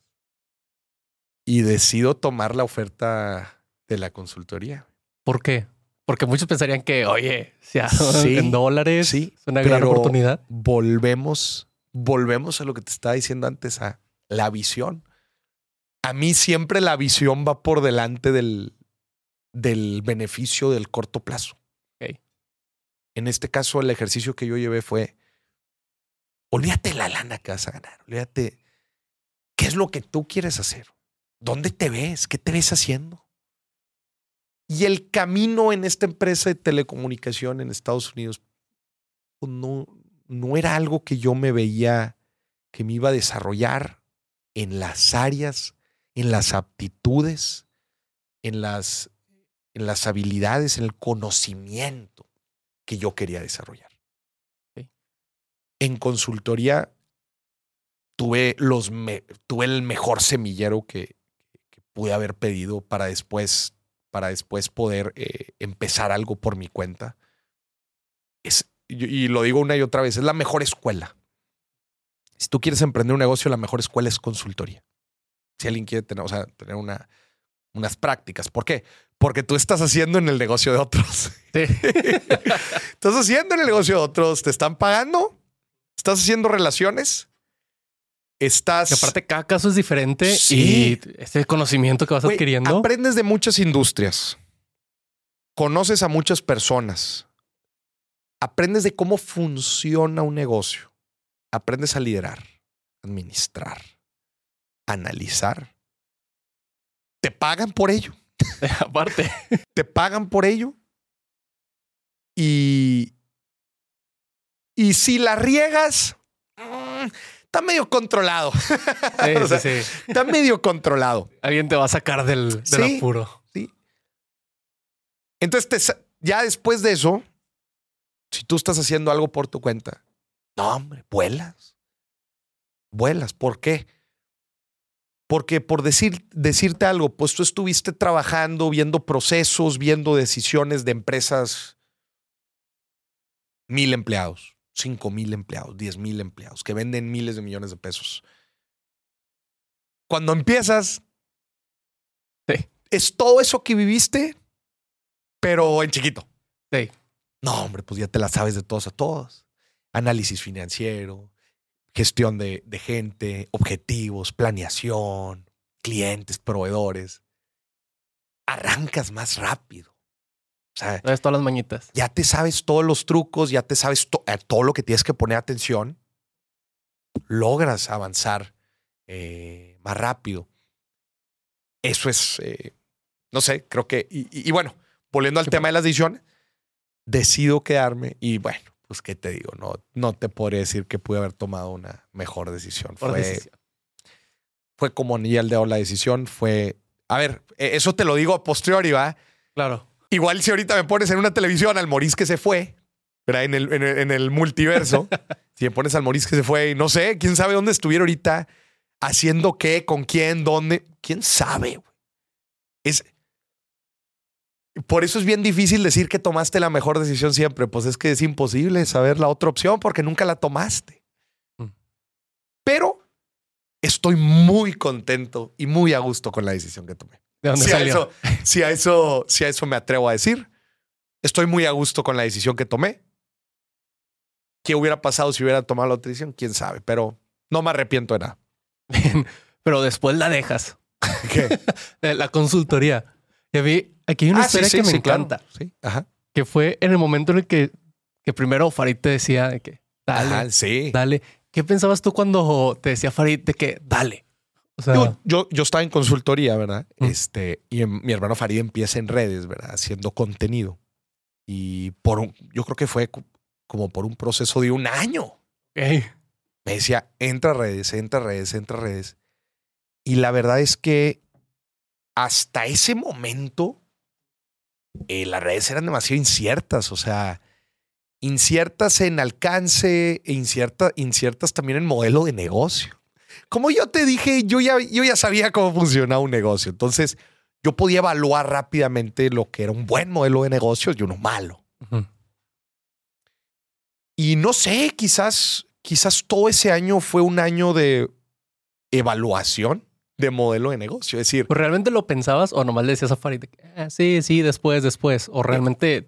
Y decido tomar la oferta de la consultoría. ¿Por qué? Porque muchos pensarían que, oye, si sí, en dólares sí, es una gran oportunidad. Volvemos volvemos a lo que te estaba diciendo antes, a la visión. A mí siempre la visión va por delante del, del beneficio del corto plazo. Okay. En este caso, el ejercicio que yo llevé fue, olvídate de la lana que vas a ganar, olvídate qué es lo que tú quieres hacer, dónde te ves, qué te ves haciendo. Y el camino en esta empresa de telecomunicación en Estados Unidos pues no, no era algo que yo me veía que me iba a desarrollar en las áreas, en las aptitudes, en las, en las habilidades, en el conocimiento que yo quería desarrollar. Sí. En consultoría tuve, los me, tuve el mejor semillero que, que pude haber pedido para después, para después poder eh, empezar algo por mi cuenta. Es, y, y lo digo una y otra vez, es la mejor escuela. Si tú quieres emprender un negocio, la mejor escuela es consultoría. Si alguien quiere tener, o sea, tener una, unas prácticas. ¿Por qué? Porque tú estás haciendo en el negocio de otros. Sí. Estás haciendo en el negocio de otros, te están pagando, estás haciendo relaciones, estás... Que aparte cada caso es diferente Sí. y ese conocimiento que vas Güey, adquiriendo. aprendes de muchas industrias, conoces a muchas personas, aprendes de cómo funciona un negocio, aprendes a liderar, administrar, analizar. Te pagan por ello. Aparte. Te pagan por ello. Y, y si la riegas, mmm, está medio controlado. Sí, O sea, sí, sí. está medio controlado. Alguien te va a sacar del, del Sí. apuro. Sí. Entonces, te, ya después de eso, si tú estás haciendo algo por tu cuenta, no, hombre, vuelas. Vuelas. ¿Por qué? Porque por decir, decirte algo, pues tú estuviste trabajando, viendo procesos, viendo decisiones de empresas, mil empleados, cinco mil empleados, diez mil empleados, que venden miles de millones de pesos. Cuando empiezas, Sí. es todo eso que viviste, pero en chiquito. Sí. No, hombre, pues ya te la sabes de todos a todos. Análisis financiero, gestión de, de gente, objetivos, planeación, clientes, proveedores. Arrancas más rápido. O sea, Traes todas las mañitas. ya te sabes todos los trucos, ya te sabes to- a todo lo que tienes que poner atención. Logras avanzar eh, más rápido. Eso es, eh, no sé, creo que... Y, y, y bueno, volviendo al tema de las decisiones, decido quedarme y bueno, pues qué te digo, no, no te podría decir que pude haber tomado una mejor decisión. Por Fue, decisión. fue como anilla al dedo la decisión. Fue, a ver, eso te lo digo a posteriori, ¿va? Claro. Igual si ahorita me pones en una televisión al Maurice que se fue, ¿verdad? En el, en el, en el multiverso, si me pones al Maurice que se fue, y no sé, quién sabe dónde estuviera ahorita, haciendo qué, con quién, dónde, quién sabe. Güey. Es... Por eso es bien difícil decir que tomaste la mejor decisión siempre. Pues es que es imposible saber la otra opción porque nunca la tomaste. Mm. Pero estoy muy contento y muy a gusto con la decisión que tomé. ¿De dónde si, salió? A eso, si, a eso, si a eso me atrevo a decir, estoy muy a gusto con la decisión que tomé. ¿Qué hubiera pasado si hubiera tomado la otra decisión? Quién sabe, pero no me arrepiento de nada. Pero después la dejas. ¿Qué? La consultoría. Y a mí, aquí hay una ah, historia sí, sí, que me sí, encanta. Claro. Sí, ajá. Que fue en el momento en el que, que primero Farid te decía de que dale, Ajá, sí. dale. ¿Qué pensabas tú cuando te decía Farid de que dale? O sea, yo, yo, yo estaba en consultoría, ¿verdad? Mm. Este, y en, mi hermano Farid empieza en redes, ¿verdad? Haciendo contenido. Y por un, yo creo que fue como por un proceso de un año. okay. Me decía, entra a redes, entra a redes, entra a redes. Y la verdad es que hasta ese momento eh, las redes eran demasiado inciertas. O sea, inciertas en alcance e incierta, inciertas también en modelo de negocio. Como yo te dije, yo ya, yo ya sabía cómo funcionaba un negocio. Entonces, yo podía evaluar rápidamente lo que era un buen modelo de negocio y uno malo. Uh-huh. Y no sé, quizás, quizás todo ese año fue un año de evaluación de modelo de negocio. Es decir, ¿Pues realmente lo pensabas o nomás le decías a Farid de que, ah, sí, sí, después, después? ¿O realmente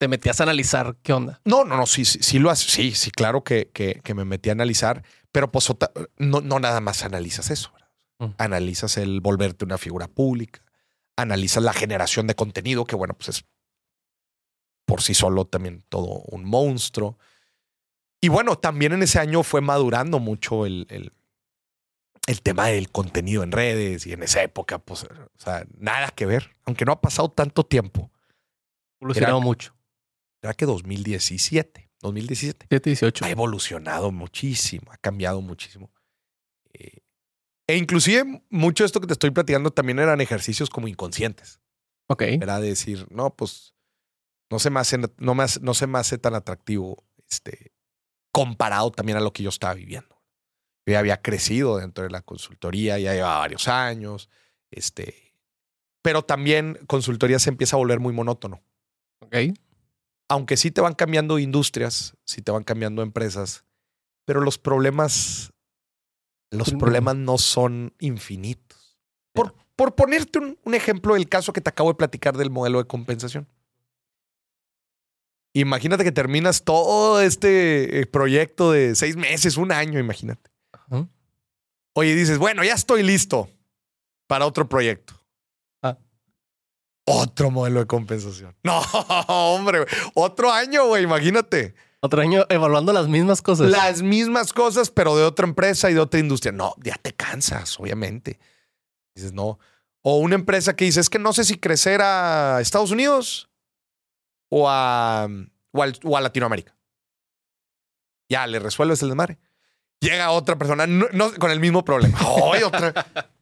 te metías a analizar qué onda. No, no, no, sí, sí, sí lo haces. Sí, sí, claro que, que, que me metí a analizar, pero pues no, no nada más analizas eso. ¿Verdad? Mm. Analizas el volverte una figura pública, analizas la generación de contenido, que bueno, pues es por sí solo también todo un monstruo. Y bueno, también en ese año fue madurando mucho el, el, el tema del contenido en redes y en esa época, pues, o sea, nada que ver, aunque no ha pasado tanto tiempo. Evolucionado era, mucho. Era que dos mil diecisiete, dos mil diecisiete. siete, dieciocho. Ha evolucionado muchísimo, ha cambiado muchísimo. Eh, e inclusive mucho de esto que te estoy platicando también eran ejercicios como inconscientes. Ok. Era decir, no, pues, no se me hace, no me hace, no se me hace tan atractivo este, comparado también a lo que yo estaba viviendo. Yo ya había crecido dentro de la consultoría, ya llevaba varios años, este, pero también consultoría se empieza a volver muy monótono. Ok. Aunque sí te van cambiando industrias, sí te van cambiando empresas, pero los problemas, los sí, problemas no son infinitos. Por, por ponerte un, un ejemplo del caso que te acabo de platicar del modelo de compensación. Imagínate que terminas todo este proyecto de seis meses, un año, imagínate. Uh-huh. Oye, dices, bueno, ya estoy listo para otro proyecto. Ah. Otro modelo de compensación. No, hombre, otro año, güey, imagínate. Otro año evaluando las mismas cosas. Las mismas cosas, pero de otra empresa y de otra industria. No, ya te cansas, obviamente. Dices, no. O una empresa que dice, es que no sé si crecer a Estados Unidos o a, o, al, o a Latinoamérica. Ya, le resuelves el desmadre. Llega otra persona no, no, con el mismo problema. ¡Ay, otra!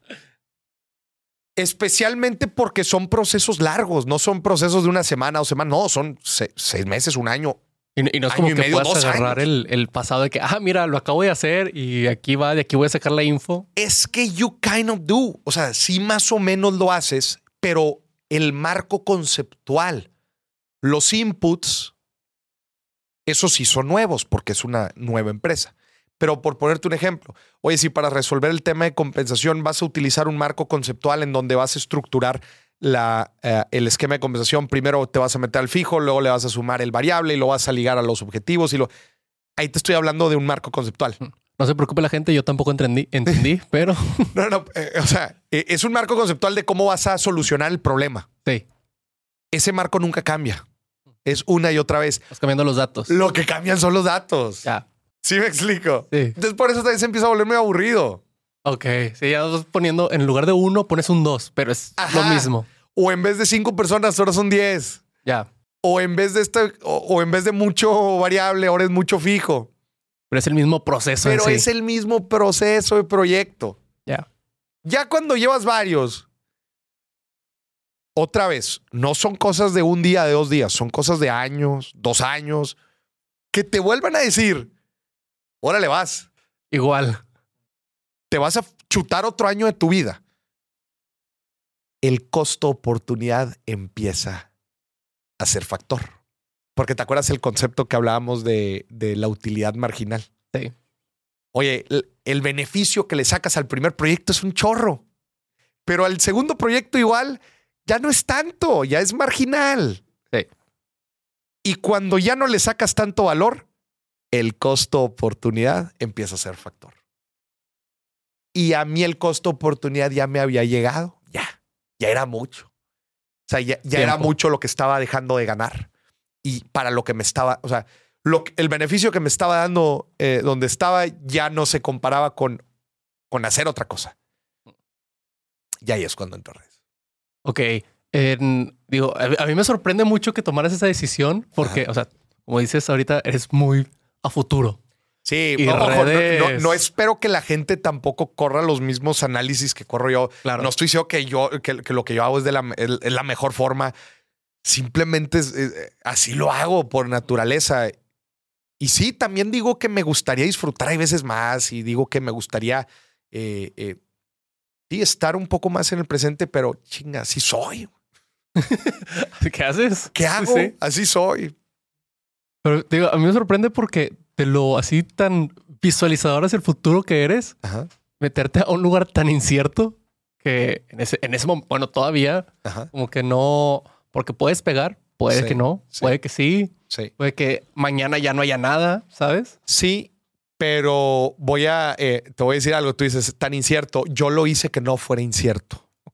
Especialmente porque son procesos largos, no son procesos de una semana o semana, no, son se, seis meses, un año. Y, y no es como que medio, puedas agarrar el, el pasado de que, ah, mira, lo acabo de hacer y aquí va, de aquí voy a sacar la info. Es que you kind of do. O sea, sí más o menos lo haces, pero el marco conceptual, los inputs, esos sí son nuevos porque es una nueva empresa. Pero por ponerte un ejemplo, oye, si para resolver el tema de compensación vas a utilizar un marco conceptual en donde vas a estructurar la, uh, el esquema de compensación, primero te vas a meter al fijo, luego le vas a sumar el variable y lo vas a ligar a los objetivos. Y lo... Ahí te estoy hablando de un marco conceptual. No se preocupe la gente, yo tampoco entendí, entendí pero... No, no, eh, o sea, eh, es un marco conceptual de cómo vas a solucionar el problema. Sí. Ese marco nunca cambia. Es una y otra vez. Vas cambiando los datos. Lo que cambian son los datos. Ya. ¿Sí me explico? Sí. Entonces por eso también se empieza a volver muy aburrido. Ok. Sí, ya vas poniendo, en lugar de uno, pones un dos, pero es Ajá. lo mismo. O en vez de cinco personas, ahora son diez. Ya. O en vez de este, o, o en vez de mucho variable, ahora es mucho fijo. Pero es el mismo proceso. Pero en es sí. el mismo proceso de proyecto. Ya. Ya cuando llevas varios, otra vez, no son cosas de un día, de dos días, son cosas de años, dos años, que te vuelvan a decir, órale vas. Igual. Te vas a chutar otro año de tu vida. El costo-oportunidad empieza a ser factor. Porque te acuerdas el concepto que hablábamos de, de la utilidad marginal. Sí. Oye, el, el beneficio que le sacas al primer proyecto es un chorro. Pero al segundo proyecto igual ya no es tanto, ya es marginal. Sí. Y cuando ya no le sacas tanto valor, el costo-oportunidad empieza a ser factor. Y a mí el costo-oportunidad ya me había llegado. Ya, ya era mucho. O sea, ya, ya era mucho lo que estaba dejando de ganar. Y para lo que me estaba, o sea, lo, el beneficio que me estaba dando eh, donde estaba ya no se comparaba con, con hacer otra cosa. Y ahí es cuando entró redes. Ok. Eh, digo, a, a mí me sorprende mucho que tomaras esa decisión porque, Ajá. o sea, como dices ahorita, eres muy a futuro. Sí, y ojo, redes... no, no, no espero que la gente tampoco corra los mismos análisis que corro yo. Claro. No estoy diciendo que yo, que, que lo que yo hago es de la, es, es la mejor forma. Simplemente es, es, así lo hago por naturaleza. Y sí, también digo que me gustaría disfrutar hay veces más y digo que me gustaría eh, eh, sí, estar un poco más en el presente, pero chinga, así soy. ¿Qué haces? ¿Qué hago? Sí, sí. Así soy. Pero digo, a mí me sorprende porque de lo así tan visualizador hacia el futuro que eres, Ajá. meterte a un lugar tan incierto que en ese, en ese momento, bueno, todavía Ajá. como que no... Porque puedes pegar, puede Sí, que no, sí. puede que sí, Sí. puede que mañana ya no haya nada, ¿sabes? Sí, pero voy a, eh, te voy a decir algo. Tú dices, tan incierto. Yo lo hice que no fuera incierto. Ok.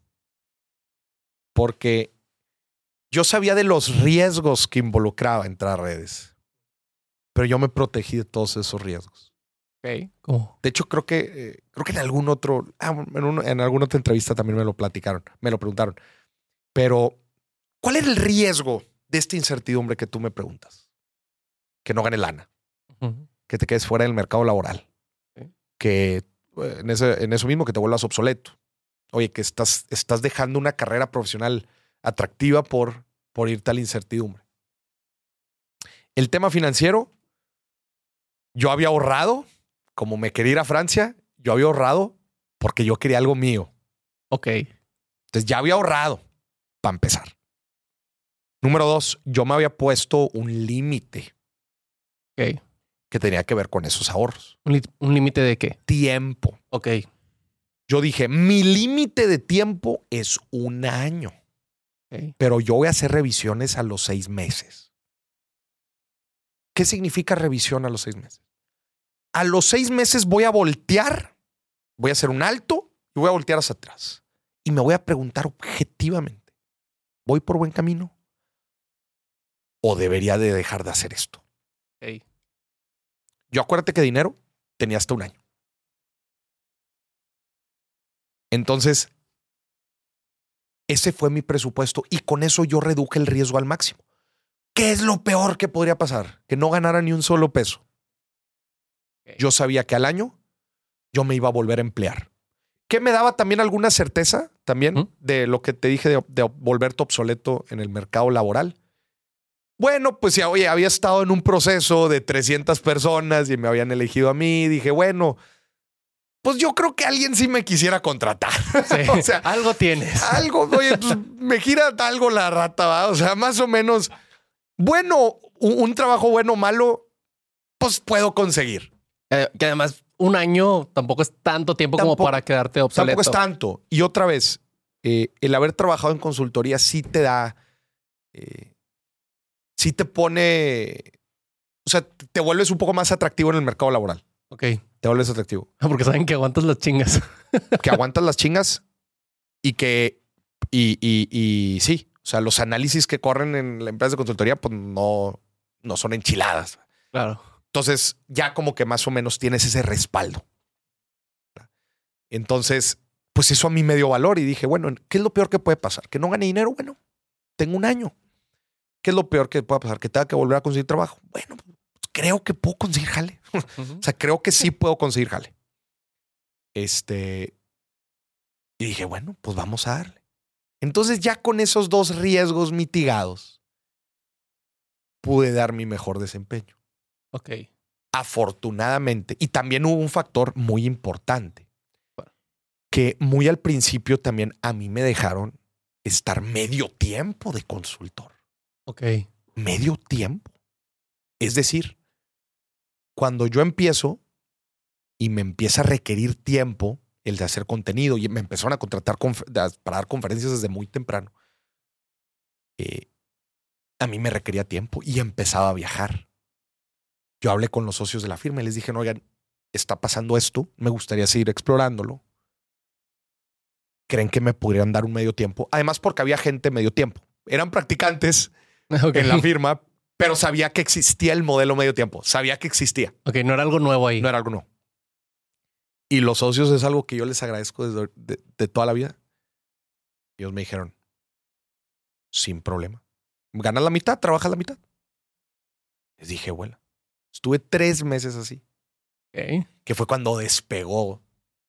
Porque yo sabía de los riesgos que involucraba entrar a redes. Pero yo me protegí de todos esos riesgos. Ok. ¿Cómo? De hecho, creo que, eh, creo que en algún otro, ah, en, un- en alguna otra entrevista también me lo platicaron, me lo preguntaron. Pero, ¿cuál es el riesgo de esta incertidumbre que tú me preguntas? Que no gane lana, Ujú. que te quedes fuera del mercado laboral, Sí. que eh, en, ese, en eso mismo que te vuelvas obsoleto. Oye, que estás, estás dejando una carrera profesional atractiva por, por irte a la incertidumbre. El tema financiero, yo había ahorrado, como me quería ir a Francia, yo había ahorrado porque yo quería algo mío. Ok. Entonces ya había ahorrado para empezar. Número dos, yo me había puesto un límite Ok. que tenía que ver con esos ahorros. ¿Un, li- un límite de qué? Tiempo. Ok. Yo dije, mi límite de tiempo es un año, Ok. pero yo voy a hacer revisiones a los seis meses. ¿Qué significa revisión a los seis meses? A los seis meses voy a voltear, voy a hacer un alto y voy a voltear hacia atrás. Y me voy a preguntar objetivamente, ¿voy por buen camino? ¿O debería de dejar de hacer esto? Ok. Yo acuérdate que dinero tenía hasta un año. Entonces, ese fue mi presupuesto y con eso yo reduje el riesgo al máximo. ¿Qué es lo peor que podría pasar? Que no ganara ni un solo peso. Ok. Yo sabía que al año yo me iba a volver a emplear. ¿Qué me daba también alguna certeza también ¿Mm? de lo que te dije de, de volverte obsoleto en el mercado laboral? Bueno, pues ya, oye, había estado en un proceso de trescientas personas y me habían elegido a mí. Dije, bueno, pues yo creo que alguien sí me quisiera contratar. Sí. O sea, algo tienes. algo, oye, pues me gira algo la rata, ¿va? O sea, más o menos, bueno, un, un trabajo bueno o malo, pues puedo conseguir. Eh, que además, un año tampoco es tanto tiempo como Tampoco- para quedarte obsoleto. Tampoco es tanto. Y otra vez, eh, el haber trabajado en consultoría sí te da, eh, sí te pone, o sea, te vuelves un poco más atractivo en el mercado laboral. Ok. Te vuelves atractivo. Porque saben que aguantas las chingas. Que aguantas las chingas y que, y, y, y sí, o sea, los análisis que corren en la empresa de consultoría, pues no, no son enchiladas. Claro. Entonces, ya como que más o menos tienes ese respaldo. Entonces, pues eso a mí me dio valor y dije, bueno, ¿qué es lo peor que puede pasar? ¿Que no gane dinero? Bueno, tengo un año. ¿Qué es lo peor que pueda pasar? ¿Que tenga que volver a conseguir trabajo? Bueno, pues creo que puedo conseguir jale. Ujú. O sea, creo que sí puedo conseguir jale. Este, y dije, bueno, pues vamos a darle. Entonces ya con esos dos riesgos mitigados, pude dar mi mejor desempeño. Ok. Afortunadamente. Y también hubo un factor muy importante. ¿Cuál? Que muy al principio también a mí me dejaron estar medio tiempo de consultor. Ok. Medio tiempo. Es decir, cuando yo empiezo y me empieza a requerir tiempo el de hacer contenido y me empezaron a contratar conf- para dar conferencias desde muy temprano, eh, a mí me requería tiempo y empezaba a viajar. Yo hablé con los socios de la firma y les dije, no, oigan, está pasando esto, me gustaría seguir explorándolo. ¿Creen que me podrían dar un medio tiempo? Además, porque había gente medio tiempo. Eran practicantes Ok. en la firma, pero sabía que existía el modelo medio tiempo. Sabía que existía. Ok, no era algo nuevo ahí. No era algo nuevo. Y los socios es algo que yo les agradezco desde de, de toda la vida. Ellos me dijeron, sin problema. Ganas la mitad, trabajas la mitad. Les dije, bueno, estuve tres meses así, Ok. que fue cuando despegó,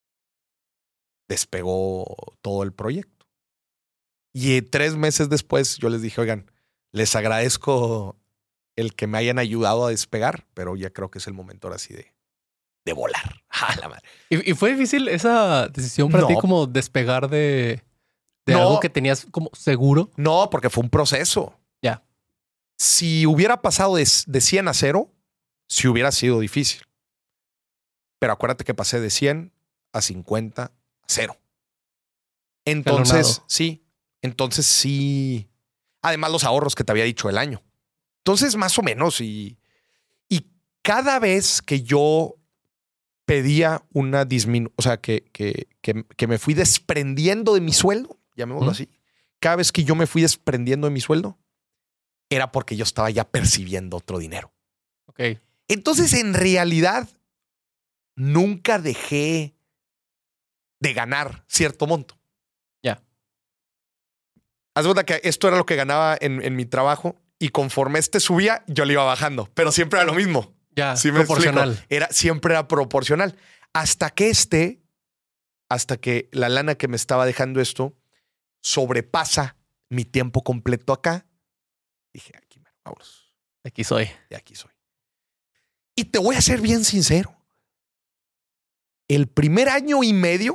despegó todo el proyecto. Y eh, tres meses después yo les dije, oigan, les agradezco el que me hayan ayudado a despegar, pero ya creo que es el momento ahora sí de, de volar. ¡Ah, la madre! ¿Y, y fue difícil esa decisión para No. ti como despegar de, de No. algo que tenías como seguro? No, porque fue un proceso. Ya. Si hubiera pasado de, de cien a cero, sí hubiera sido difícil. Pero acuérdate que pasé de cien a cincuenta a cero. Entonces, Escalonado. sí. Entonces sí. Además, los ahorros que te había dicho el año. Entonces, más o menos. Y, y cada vez que yo pedía una disminución, o sea, que, que, que, que me fui desprendiendo de mi sueldo, llamémoslo ¿Mm? así. Cada vez que yo me fui desprendiendo de mi sueldo, era porque yo estaba ya percibiendo otro dinero. Ok. Entonces, en realidad, nunca dejé de ganar cierto monto. Ya. Haz de cuenta que esto era lo que ganaba en, en mi trabajo y conforme este subía, yo le iba bajando, pero siempre era lo mismo. Ya, ¿Sí me proporcional. explico? Era, siempre era proporcional. Hasta que este, hasta que la lana que me estaba dejando esto sobrepasa mi tiempo completo acá, dije, aquí me vámonos. Aquí soy. Y aquí soy. Y te voy a ser bien sincero. El primer año y medio,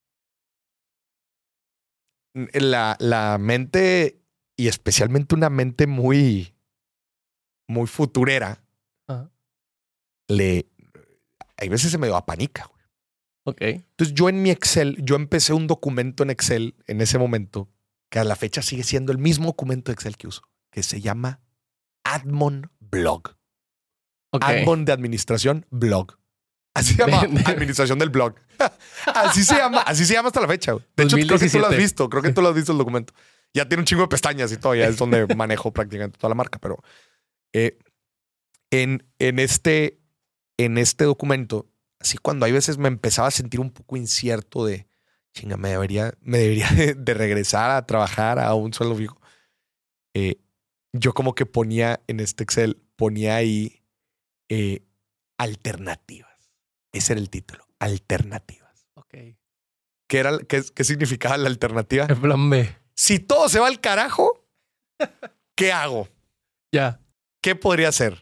la, la mente, y especialmente una mente muy, muy futurera, uh-huh. le, hay veces se me dio a panica. Ok. Entonces yo en mi Excel, yo empecé un documento en Excel en ese momento, que a la fecha sigue siendo el mismo documento de Excel que uso, que se llama Admon Blog. Okay. Admon de administración blog. Así se llama, administración del blog. Así se llama, así se llama hasta la fecha. De hecho, creo que tú lo has visto, creo que tú lo has visto el documento. Ya tiene un chingo de pestañas y todo, ya es donde manejo prácticamente toda la marca. Pero eh, en, en, este, en este documento, así cuando hay veces me empezaba a sentir un poco incierto de, chinga, me debería, me debería de, de regresar a trabajar a un sueldo fijo. Eh, yo como que ponía en este Excel, ponía ahí eh, alternativas. Ese era el título, alternativas. Ok. ¿Qué, era, qué, ¿Qué significaba la alternativa? El plan B. Si todo se va al carajo, ¿qué hago? Ya. ¿Qué podría hacer?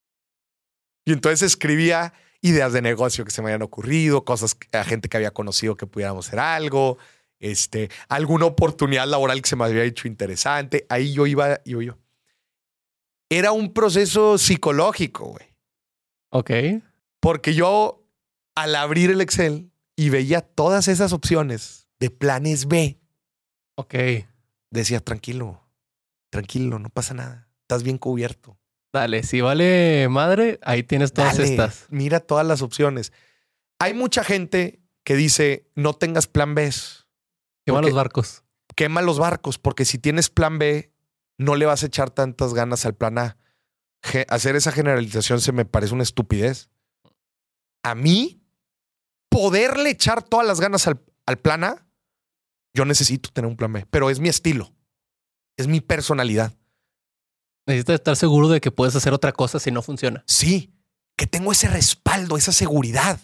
Y entonces escribía ideas de negocio que se me habían ocurrido, cosas a gente que había conocido que pudiéramos hacer algo, este, alguna oportunidad laboral que se me había hecho interesante. Ahí yo iba, yo, yo. Era un proceso psicológico, güey. Ok. Porque yo, al abrir el Excel y veía todas esas opciones de planes B, ok, decía, tranquilo, tranquilo, no pasa nada. Estás bien cubierto. Dale, si vale madre, ahí tienes todas Dale, estas. Mira todas las opciones. Hay mucha gente que dice, no tengas plan B. Quema los barcos. Quema los barcos, porque si tienes plan B, no le vas a echar tantas ganas al plan A. Ge- hacer esa generalización se me parece una estupidez. A mí, poderle echar todas las ganas al, al plan A, yo necesito tener un plan B, pero es mi estilo, es mi personalidad. Necesitas estar seguro de que puedes hacer otra cosa si no funciona. Sí, que tengo ese respaldo, esa seguridad.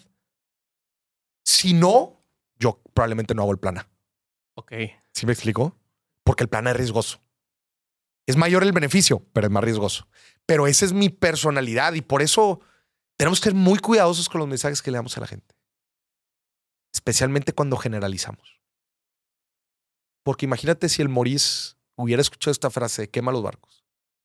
Si no, yo probablemente no hago el plan A. Ok. ¿Sí me explico? Porque el plan A es riesgoso. Es mayor el beneficio, pero es más riesgoso. Pero esa es mi personalidad y por eso tenemos que ser muy cuidadosos con los mensajes que le damos a la gente. Especialmente cuando generalizamos. Porque imagínate si el Maurice hubiera escuchado esta frase, quema los barcos.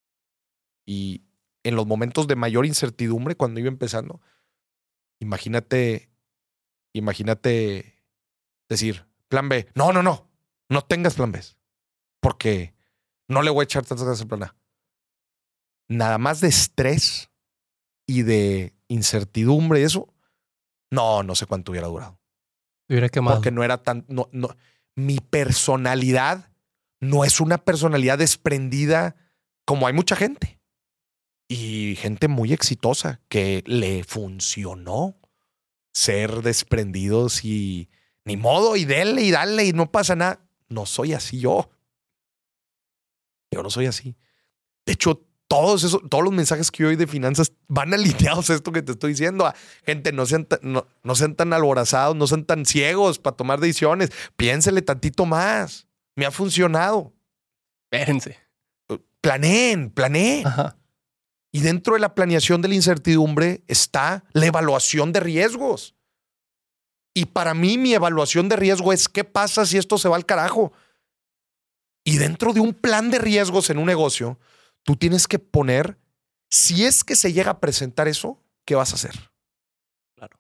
Y en los momentos de mayor incertidumbre, cuando iba empezando, imagínate, imagínate decir, plan B. No, no, no. No tengas plan B. Porque no le voy a echar tantas ganas al plan A. Nada más de estrés y de incertidumbre y eso, no, no sé cuánto hubiera durado. Hubiera quemado. Porque no era tan, no, no, mi personalidad no es una personalidad desprendida como hay mucha gente. Y gente muy exitosa que le funcionó ser desprendidos y ni modo y dele y dale y no pasa nada. No soy así yo. Yo no soy así. De hecho, todos esos, todos los mensajes que yo oí de finanzas van alineados a esto que te estoy diciendo. A gente, no sean, tan, no, no sean tan alborozados, no sean tan ciegos para tomar decisiones. Piénsele tantito más. Me ha funcionado. Espérense. Planeen, planeen. Ajá. Y dentro de la planeación de la incertidumbre está la evaluación de riesgos. Y para mí mi evaluación de riesgo es ¿qué pasa si esto se va al carajo? Y dentro de un plan de riesgos en un negocio, tú tienes que poner, si es que se llega a presentar eso, ¿qué vas a hacer? Claro.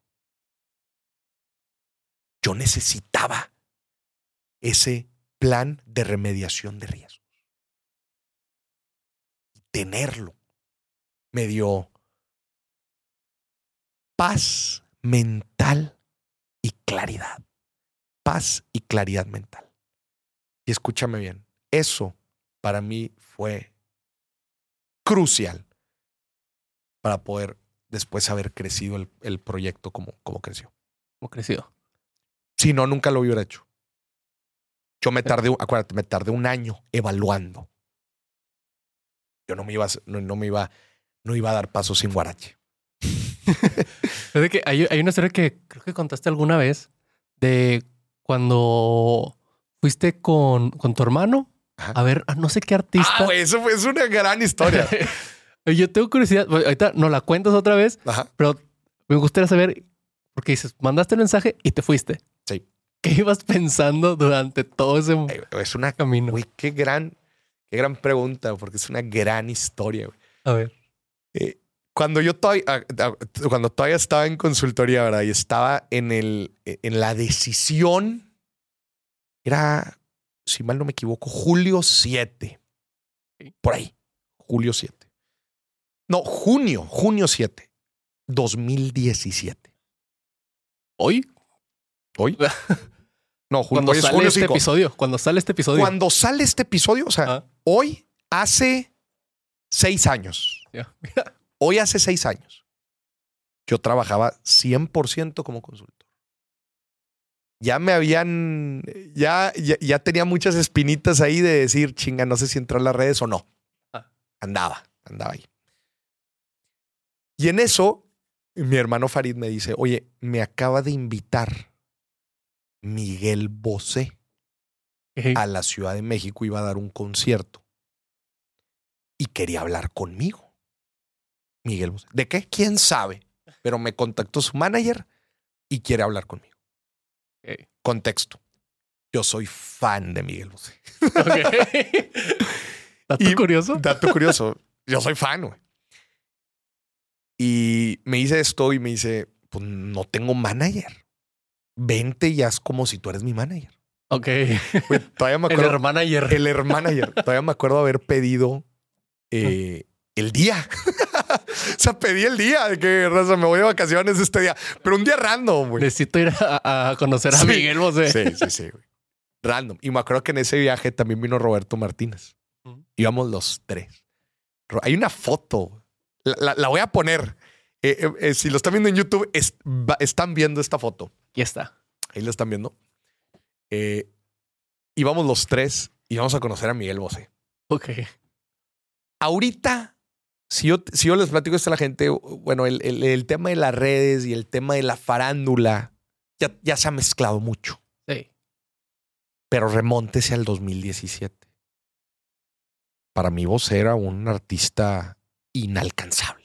Yo necesitaba ese plan de remediación de riesgos. tenerlo me dio paz mental y claridad. Paz y claridad mental. Y escúchame bien, eso para mí fue crucial para poder después haber crecido el, el proyecto como, como creció. ¿Cómo creció? Si no, nunca lo hubiera hecho. Yo me tardé, acuérdate, me tardé un año evaluando. Yo no me iba, no, no me iba, no iba a dar paso sin guarache. Es de que hay, hay una historia que creo que contaste alguna vez de cuando fuiste con, con tu hermano. Ajá. A ver, a no sé qué artista. Ah, güey, eso fue, es una gran historia. Yo tengo curiosidad. Ahorita no la cuentas otra vez, Ajá. pero me gustaría saber, porque dices, mandaste el mensaje y te fuiste. Sí. ¿Qué ibas pensando durante todo ese es una, camino? Güey, qué gran, qué gran pregunta, porque es una gran historia. Güey. A ver. Eh, cuando yo todavía, cuando todavía estaba en consultoría, ¿verdad? Y estaba en, el, en la decisión, era, si mal no me equivoco, julio siete. Por ahí, julio siete. No, junio, junio siete, dos mil diecisiete. ¿Hoy? ¿Hoy? No, junio, cuando hoy es sale junio este cinco. episodio. Cuando sale este episodio. Cuando sale este episodio, o sea, ah. hoy hace seis años. Yeah. Hoy hace seis años. Yo trabajaba cien por ciento como consultor. Ya me habían, ya, ya, ya tenía muchas espinitas ahí de decir, chinga, no sé si entrar a las redes o no. Ah. Andaba, andaba ahí. Y en eso, mi hermano Farid me dice, oye, me acaba de invitar Miguel Bosé uh-huh. a la Ciudad de México, iba a dar un concierto y quería hablar conmigo. Miguel Bosé. ¿De qué? ¿Quién sabe? Pero me contactó su manager y quiere hablar conmigo. Okay. Contexto. Yo soy fan de Miguel Bosé. Okay. ¿Dato y, curioso? Dato curioso. Yo soy fan, güey. Y me dice esto y me dice, pues no tengo manager. Vente y haz como si tú eres mi manager. Ok. Güey, todavía me acuerdo. El hermanager. El hermanager. Todavía me acuerdo haber pedido eh, el día. O sea, pedí el día de que raza, me voy de vacaciones este día. Pero un día random, güey. Necesito ir a, a conocer a sí. Miguel Bosé. Sí, sí, sí, güey. Random. Y me acuerdo que en ese viaje también vino Roberto Martínez. Uh-huh. Íbamos los tres. Hay una foto. La, la, la voy a poner. Eh, eh, eh, si lo están viendo en YouTube, es, va, están viendo esta foto. Aquí está. Ahí la están viendo. Eh, íbamos los tres y vamos a conocer a Miguel Bosé. Ok. Ahorita, si yo, si yo les platico esto a la gente, bueno, el, el, el tema de las redes y el tema de la farándula ya, ya se ha mezclado mucho. Sí. Pero remóntese al dos mil diecisiete. Para mí, Bosé era un artista inalcanzable.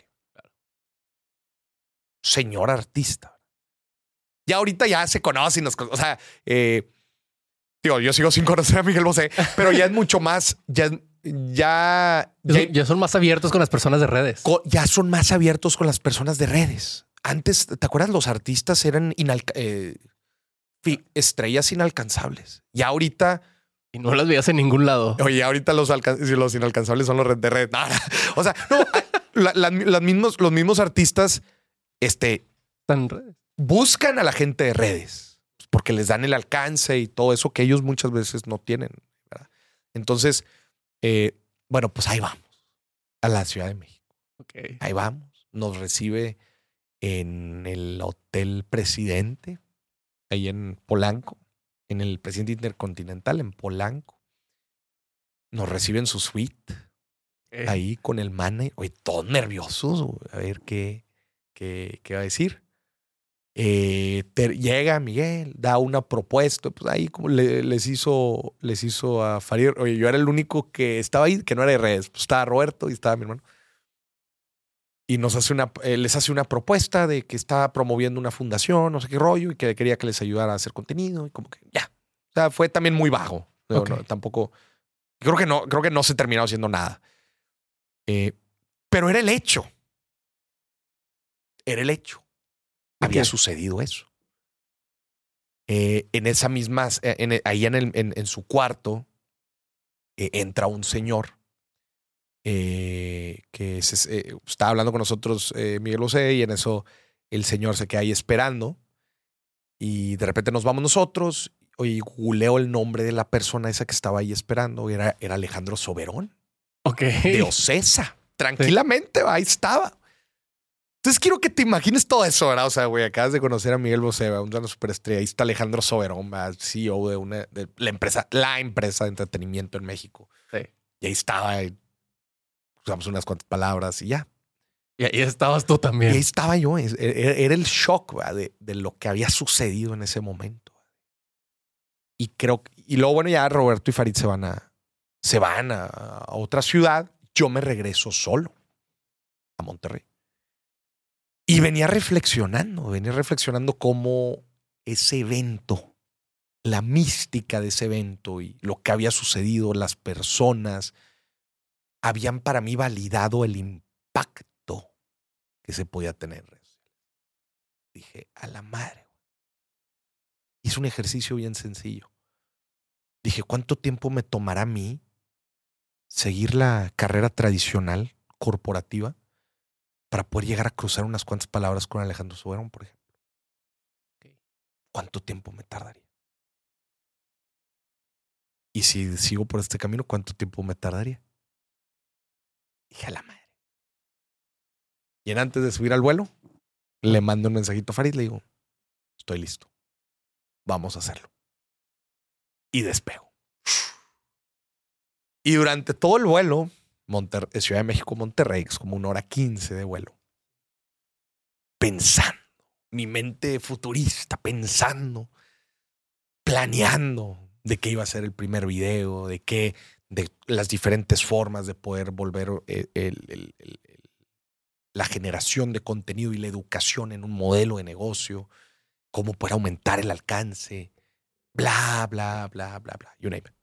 Señor artista. Ya ahorita ya se conocen, nos, o sea, eh, digo, yo sigo sin conocer a Miguel Bosé, pero ya es mucho más, ya, ya, ya, ya son más abiertos con las personas de redes. Ya son más abiertos con las personas de redes. Antes, ¿te acuerdas? Los artistas eran inalca eh, estrellas inalcanzables. Ya ahorita... Y no las veías en ningún lado. Oye, ahorita los, los inalcanzables son los de red. O sea, no, la, la, la mismos, los mismos artistas este, están en redes. Buscan a la gente de redes porque les dan el alcance y todo eso que ellos muchas veces no tienen, ¿verdad? Entonces, eh, bueno, pues ahí vamos a la Ciudad de México. Okay. Ahí vamos. Nos recibe en el Hotel Presidente, ahí en Polanco, en el Presidente Intercontinental, en Polanco. Nos recibe en su suite, okay. Ahí con el manager. Oye, todos nerviosos, a ver qué, qué, qué va a decir. Eh, te, llega Miguel, da una propuesta, pues ahí como le, les hizo les hizo a Farid. Oye, yo era el único que estaba ahí, que no era de redes. Pues estaba Roberto y estaba mi hermano. Y nos hace una, eh, les hace una propuesta de que está promoviendo una fundación, no sé qué rollo, y que quería que les ayudara a hacer contenido. Y como que ya. O sea, fue también muy bajo. Okay. No, no, tampoco. Creo que no, creo que no se terminó haciendo nada. Eh, pero era el hecho. Era el hecho. Había sucedido eso. Eh, en esa misma, en, ahí en, el, en, en su cuarto, eh, entra un señor eh, que se, eh, estaba hablando con nosotros eh, Miguel Bosé y en eso el señor se queda ahí esperando y de repente nos vamos nosotros. Oye, googleo el nombre de la persona esa que estaba ahí esperando. Era, era Alejandro Soberón. Ok. De Ocesa. Tranquilamente, sí. Ahí estaba. Entonces quiero que te imagines todo eso, ¿verdad? O sea, güey, acabas de conocer a Miguel Bosé, una superestrella. Ahí está Alejandro Soberón, C E O de, una, de la empresa, la empresa de entretenimiento en México. Sí. Y ahí estaba, y usamos unas cuantas palabras y ya. Y ahí estabas tú también. Y ahí estaba yo. Era, era el shock, ¿verdad? De, de lo que había sucedido en ese momento. Y creo, y luego, bueno, ya Roberto y Farid se van a, se van a, a otra ciudad. Yo me regreso solo a Monterrey. Y venía reflexionando, venía reflexionando cómo ese evento, la mística de ese evento y lo que había sucedido, las personas, habían para mí validado el impacto que se podía tener. Dije, a la madre. Hice un ejercicio bien sencillo. Dije, ¿cuánto tiempo me tomará a mí seguir la carrera tradicional corporativa para poder llegar a cruzar unas cuantas palabras con Alejandro Soberón, por ejemplo? Okay. ¿Cuánto tiempo me tardaría? Y si sigo por este camino, ¿cuánto tiempo me tardaría? Dije, a la madre. Y en antes de subir al vuelo, le mando un mensajito a Farid, le digo, estoy listo. Vamos a hacerlo. Y despego. Y durante todo el vuelo, Monter- Ciudad de México, Monterrey, es como una hora quince de vuelo. Pensando, mi mente futurista, pensando, planeando de qué iba a ser el primer video, de qué, de las diferentes formas de poder volver el, el, el, el, la generación de contenido y la educación en un modelo de negocio, cómo poder aumentar el alcance, bla, bla, bla, bla, bla, you name it.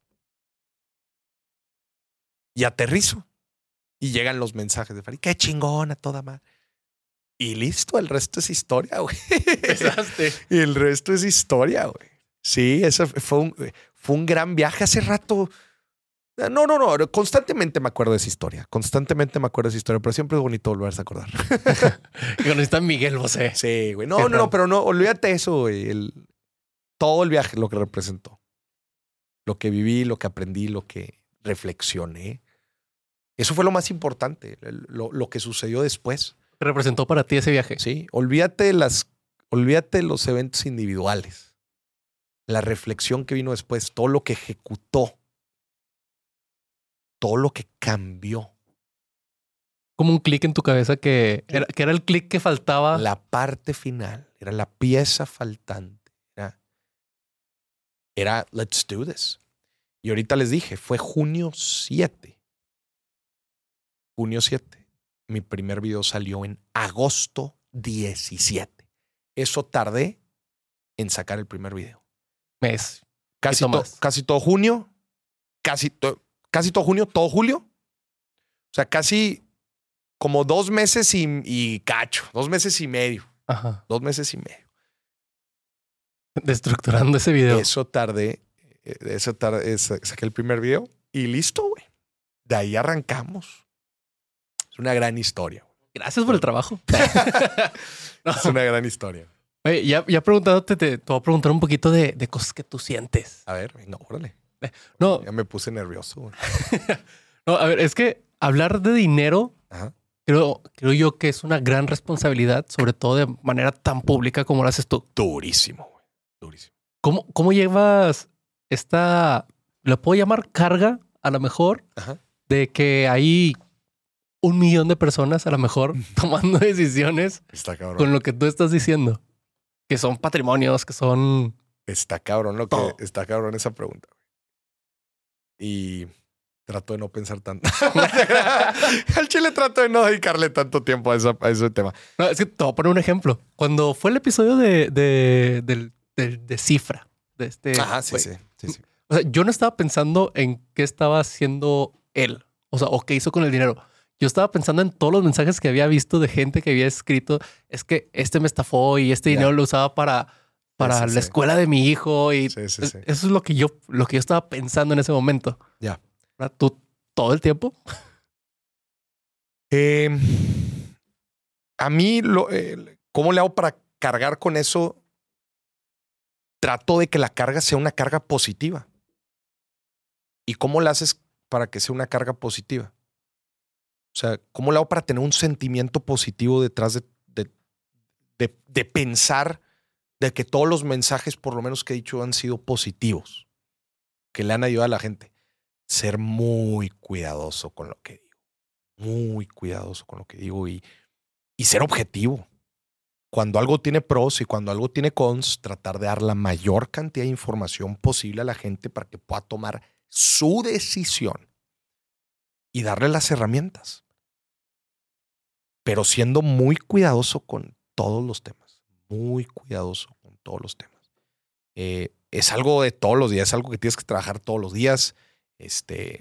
Y aterrizo. Y llegan los mensajes de Farid. ¡Qué chingona toda madre! Y listo, el resto es historia, güey. Empezaste. Y el resto es historia, güey. Sí, eso fue un, fue un gran viaje hace rato. No, no, no. Constantemente me acuerdo de esa historia. Constantemente me acuerdo de esa historia, pero siempre es bonito volverse a acordar. Y cuando está Miguel Bosé. Sí, güey. No, no, no, pero no, olvídate eso, güey. El, todo el viaje, lo que representó. Lo que viví, lo que aprendí, lo que reflexioné. Eso fue lo más importante, lo, lo que sucedió después. ¿Qué representó para ti ese viaje? Sí, olvídate, las, olvídate los eventos individuales. La reflexión que vino después, todo lo que ejecutó, todo lo que cambió. Como un clic en tu cabeza que era, que era el clic que faltaba. La parte final, era la pieza faltante. Era, era let's do this. Y ahorita les dije, fue junio siete. Junio siete. Mi primer video salió en agosto diecisiete. Eso tardé en sacar el primer video. Mes. Casi, to, casi todo junio. Casi, to, casi todo junio, todo julio. O sea, casi como dos meses y, y cacho. Dos meses y medio. Ajá. Dos meses y medio. Destructurando ese video. Eso tardé. Eso tardé. Saqué el primer video y listo, güey. De ahí arrancamos. Es una gran historia. Gracias por el trabajo. No. Es una gran historia. Oye, ya, ya preguntándote, te, te voy a preguntar un poquito de, de cosas que tú sientes. A ver, venga, órale. No. Ya me puse nervioso. No, a ver, es que hablar de dinero, Ajá. Creo, creo yo que es una gran responsabilidad, sobre todo de manera tan pública como lo haces tú. Durísimo, güey. Durísimo. ¿Cómo, cómo llevas esta, lo puedo llamar carga, a lo mejor, Ajá. de que hay un millón de personas a lo mejor tomando decisiones Está cabrón. con lo que tú estás diciendo, que son patrimonios, que son... Está cabrón lo que todo. Está cabrón esa pregunta. Y trato de no pensar tanto. Al chile trato de no dedicarle tanto tiempo a, esa, a ese tema. No, es que te voy a poner un ejemplo. Cuando fue el episodio de, de, de, de, de Cifra, de este... Ajá, sí, güey, sí, sí, sí. O sea, yo no estaba pensando en qué estaba haciendo él, o sea, o qué hizo con el dinero. Yo estaba pensando en todos los mensajes que había visto de gente que había escrito, es que este me estafó y este dinero yeah. lo usaba para, para sí, sí, la sí. escuela de mi hijo. Y sí, sí, sí. eso es lo que yo, lo que yo estaba pensando en ese momento. Ya. Yeah. ¿Tú todo el tiempo? Eh, a mí, lo, eh, ¿cómo le hago para cargar con eso? Trato de que la carga sea una carga positiva. ¿Y cómo la haces para que sea una carga positiva? O sea, ¿cómo le hago para tener un sentimiento positivo detrás de, de, de, de pensar de que todos los mensajes, por lo menos que he dicho, han sido positivos, que le han ayudado a la gente? Ser muy cuidadoso con lo que digo, muy cuidadoso con lo que digo y, y ser objetivo. Cuando algo tiene pros y cuando algo tiene cons, tratar de dar la mayor cantidad de información posible a la gente para que pueda tomar su decisión y darle las herramientas. Pero siendo muy cuidadoso con todos los temas, muy cuidadoso con todos los temas. Eh, es algo de todos los días, es algo que tienes que trabajar todos los días. Este.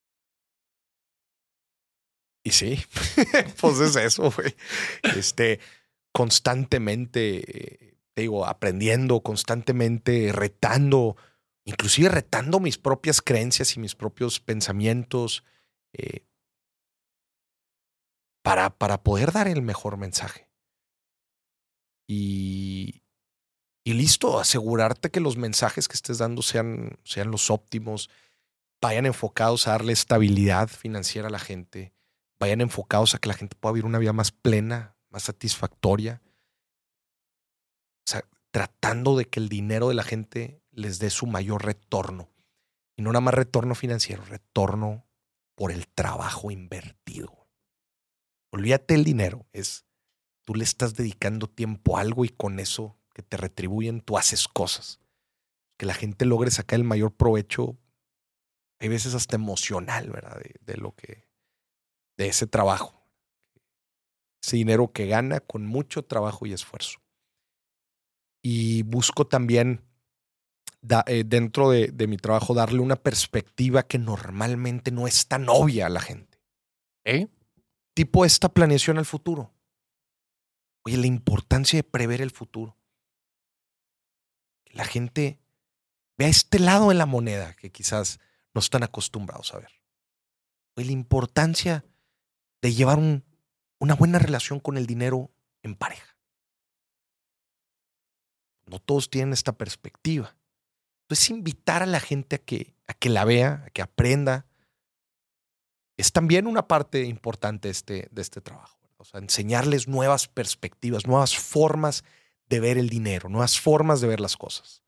Y sí, pues es eso, güey. Este. Constantemente, eh, te digo, aprendiendo, constantemente retando, inclusive retando mis propias creencias y mis propios pensamientos eh, para, para poder dar el mejor mensaje. Y, y listo, asegurarte que los mensajes que estés dando sean, sean los óptimos, vayan enfocados a darle estabilidad financiera a la gente, vayan enfocados a que la gente pueda vivir una vida más plena, más satisfactoria. O sea, tratando de que el dinero de la gente les dé su mayor retorno. Y no nada más retorno financiero, retorno por el trabajo invertido. Olvídate el dinero. Es, tú le estás dedicando tiempo a algo y con eso que te retribuyen, tú haces cosas. Que la gente logre sacar el mayor provecho, hay veces hasta emocional, ¿verdad? De, de lo que, de ese trabajo. Ese dinero que gana con mucho trabajo y esfuerzo. Y busco también da, eh, dentro de, de mi trabajo darle una perspectiva que normalmente no es tan obvia a la gente. ¿Eh? Tipo esta planeación al futuro. Oye, la importancia de prever el futuro. Que la gente vea este lado de la moneda que quizás no están acostumbrados a ver. Oye, la importancia de llevar un, una buena relación con el dinero en pareja. No todos tienen esta perspectiva. Entonces, invitar a la gente a que, a que la vea, a que aprenda, es también una parte importante de este, de este trabajo. O sea, enseñarles nuevas perspectivas, nuevas formas de ver el dinero, nuevas formas de ver las cosas.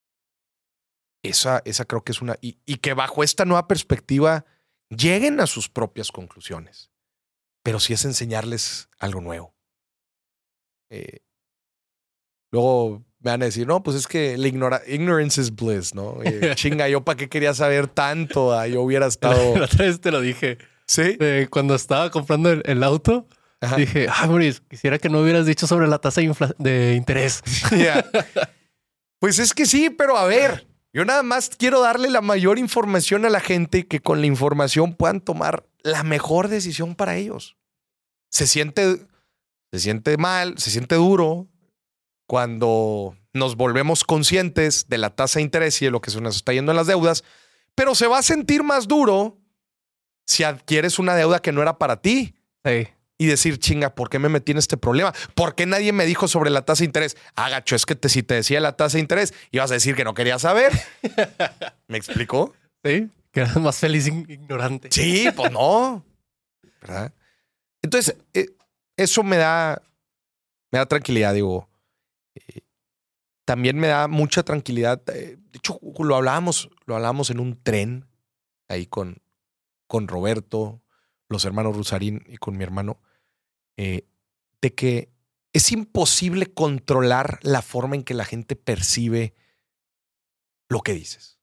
Esa, esa creo que es una... Y, y que bajo esta nueva perspectiva lleguen a sus propias conclusiones. Pero sí es enseñarles algo nuevo. Eh, luego me van a decir, no, pues es que la ignora ignorance is bliss, ¿no? Eh, chinga, yo para qué quería saber tanto. Ah, yo hubiera estado... La otra vez te lo dije. ¿Sí? Eh, cuando estaba comprando el, el auto, ajá, dije, ah, Maurice, quisiera que no hubieras dicho sobre la tasa de, de interés. Yeah. Pues es que sí, pero a ver, yo nada más quiero darle la mayor información a la gente que con la información puedan tomar la mejor decisión para ellos. Se siente, se siente mal, se siente duro cuando nos volvemos conscientes de la tasa de interés y de lo que se nos está yendo en las deudas, pero se va a sentir más duro si adquieres una deuda que no era para ti. Sí. Y decir, chinga, ¿por qué me metí en este problema? ¿Por qué nadie me dijo sobre la tasa de interés? Ah, gacho, es que te, si te decía la tasa de interés, ibas a decir que no querías saber. ¿Me explicó? Sí, que eras más feliz ignorante. Sí, pues no. ¿Verdad? Entonces, eh, eso me da, me da tranquilidad, digo. Eh, también me da mucha tranquilidad. Eh, de hecho, lo hablábamos, lo hablábamos en un tren ahí con, con Roberto, los hermanos Rusarín y con mi hermano. Eh, de que es imposible controlar la forma en que la gente percibe lo que dices.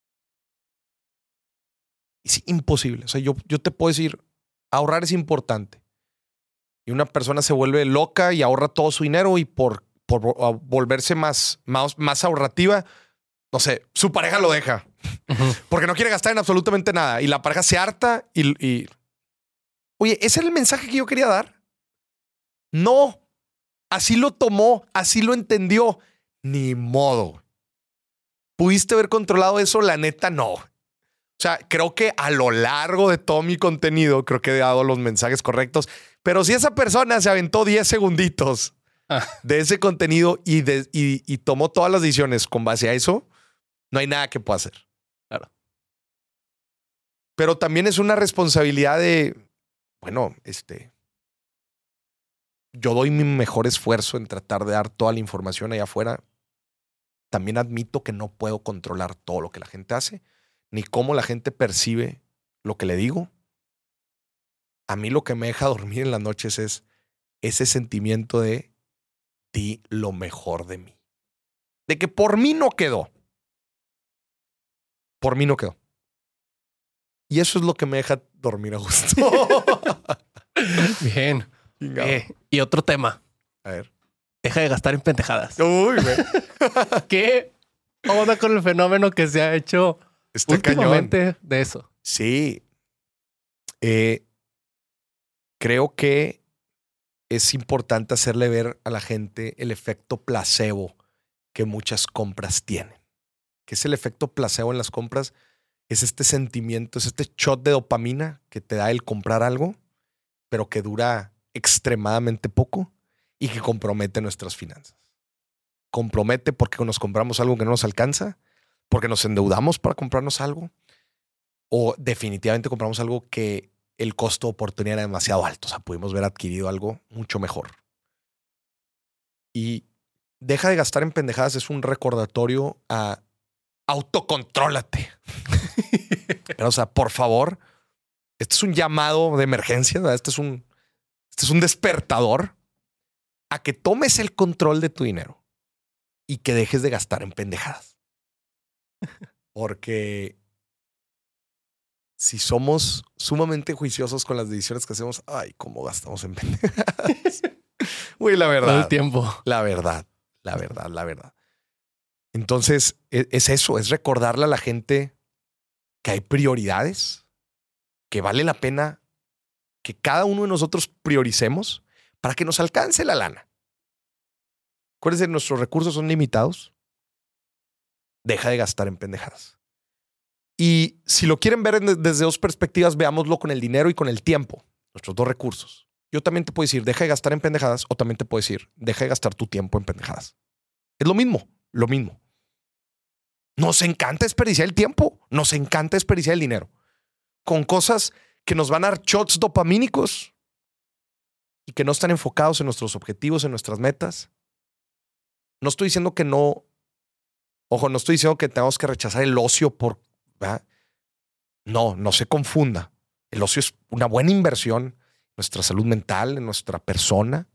Es imposible. O sea, yo, yo te puedo decir, ahorrar es importante. Y una persona se vuelve loca y ahorra todo su dinero y por, por volverse más, más, más ahorrativa, no sé, su pareja lo deja. Uh-huh. Porque no quiere gastar en absolutamente nada. Y la pareja se harta y, y... Oye, ¿ese era el mensaje que yo quería dar? No, así lo tomó, así lo entendió. Ni modo. ¿Pudiste haber controlado eso? La neta, no. O sea, creo que a lo largo de todo mi contenido, creo que he dado los mensajes correctos. Pero si esa persona se aventó diez segunditos ah. de ese contenido y, de, y, y tomó todas las decisiones con base a eso, no hay nada que pueda hacer. Claro. Pero también es una responsabilidad de, bueno, este, yo doy mi mejor esfuerzo en tratar de dar toda la información allá afuera. También admito que no puedo controlar todo lo que la gente hace, ni cómo la gente percibe lo que le digo. A mí lo que me deja dormir en las noches es ese sentimiento de di lo mejor de mí. De que por mí no quedó. Por mí no quedó. Y eso es lo que me deja dormir a gusto. Bien. Eh, y otro tema. A ver. Deja de gastar en pendejadas. Uy, güey. ¿Qué onda con el fenómeno que se ha hecho Está últimamente cañón. De eso? Sí. Eh, creo que es importante hacerle ver a la gente el efecto placebo que muchas compras tienen. ¿Qué es el efecto placebo en las compras? Es este sentimiento, es este shot de dopamina que te da el comprar algo, pero que dura extremadamente poco y que compromete nuestras finanzas. Compromete porque nos compramos algo que no nos alcanza, porque nos endeudamos para comprarnos algo, o definitivamente compramos algo que el costo de oportunidad era demasiado alto. O sea, pudimos haber adquirido algo mucho mejor. Y deja de gastar en pendejadas es un recordatorio a autocontrólate. Pero, o sea, por favor, este es un llamado de emergencia, ¿verdad? Este es un, este es un despertador a que tomes el control de tu dinero y que dejes de gastar en pendejadas. Porque si somos sumamente juiciosos con las decisiones que hacemos, ay, cómo gastamos en pendejadas. Uy, la verdad. Todo el tiempo. La verdad, la verdad, la verdad. Entonces, es eso, es recordarle a la gente que hay prioridades, que vale la pena que cada uno de nosotros prioricemos para que nos alcance la lana. Acuérdense, nuestros recursos son limitados. Deja de gastar en pendejadas. Y si lo quieren ver desde dos perspectivas, veámoslo con el dinero y con el tiempo, nuestros dos recursos. Yo también te puedo decir, deja de gastar en pendejadas, o también te puedo decir, deja de gastar tu tiempo en pendejadas. Es lo mismo, lo mismo. Nos encanta desperdiciar el tiempo, nos encanta desperdiciar el dinero con cosas que nos van a dar shots dopamínicos y que no están enfocados en nuestros objetivos, en nuestras metas. No estoy diciendo que no, ojo, no estoy diciendo que tengamos que rechazar el ocio por, ¿verdad? No, no se confunda. El ocio es una buena inversión en nuestra salud mental, en nuestra persona.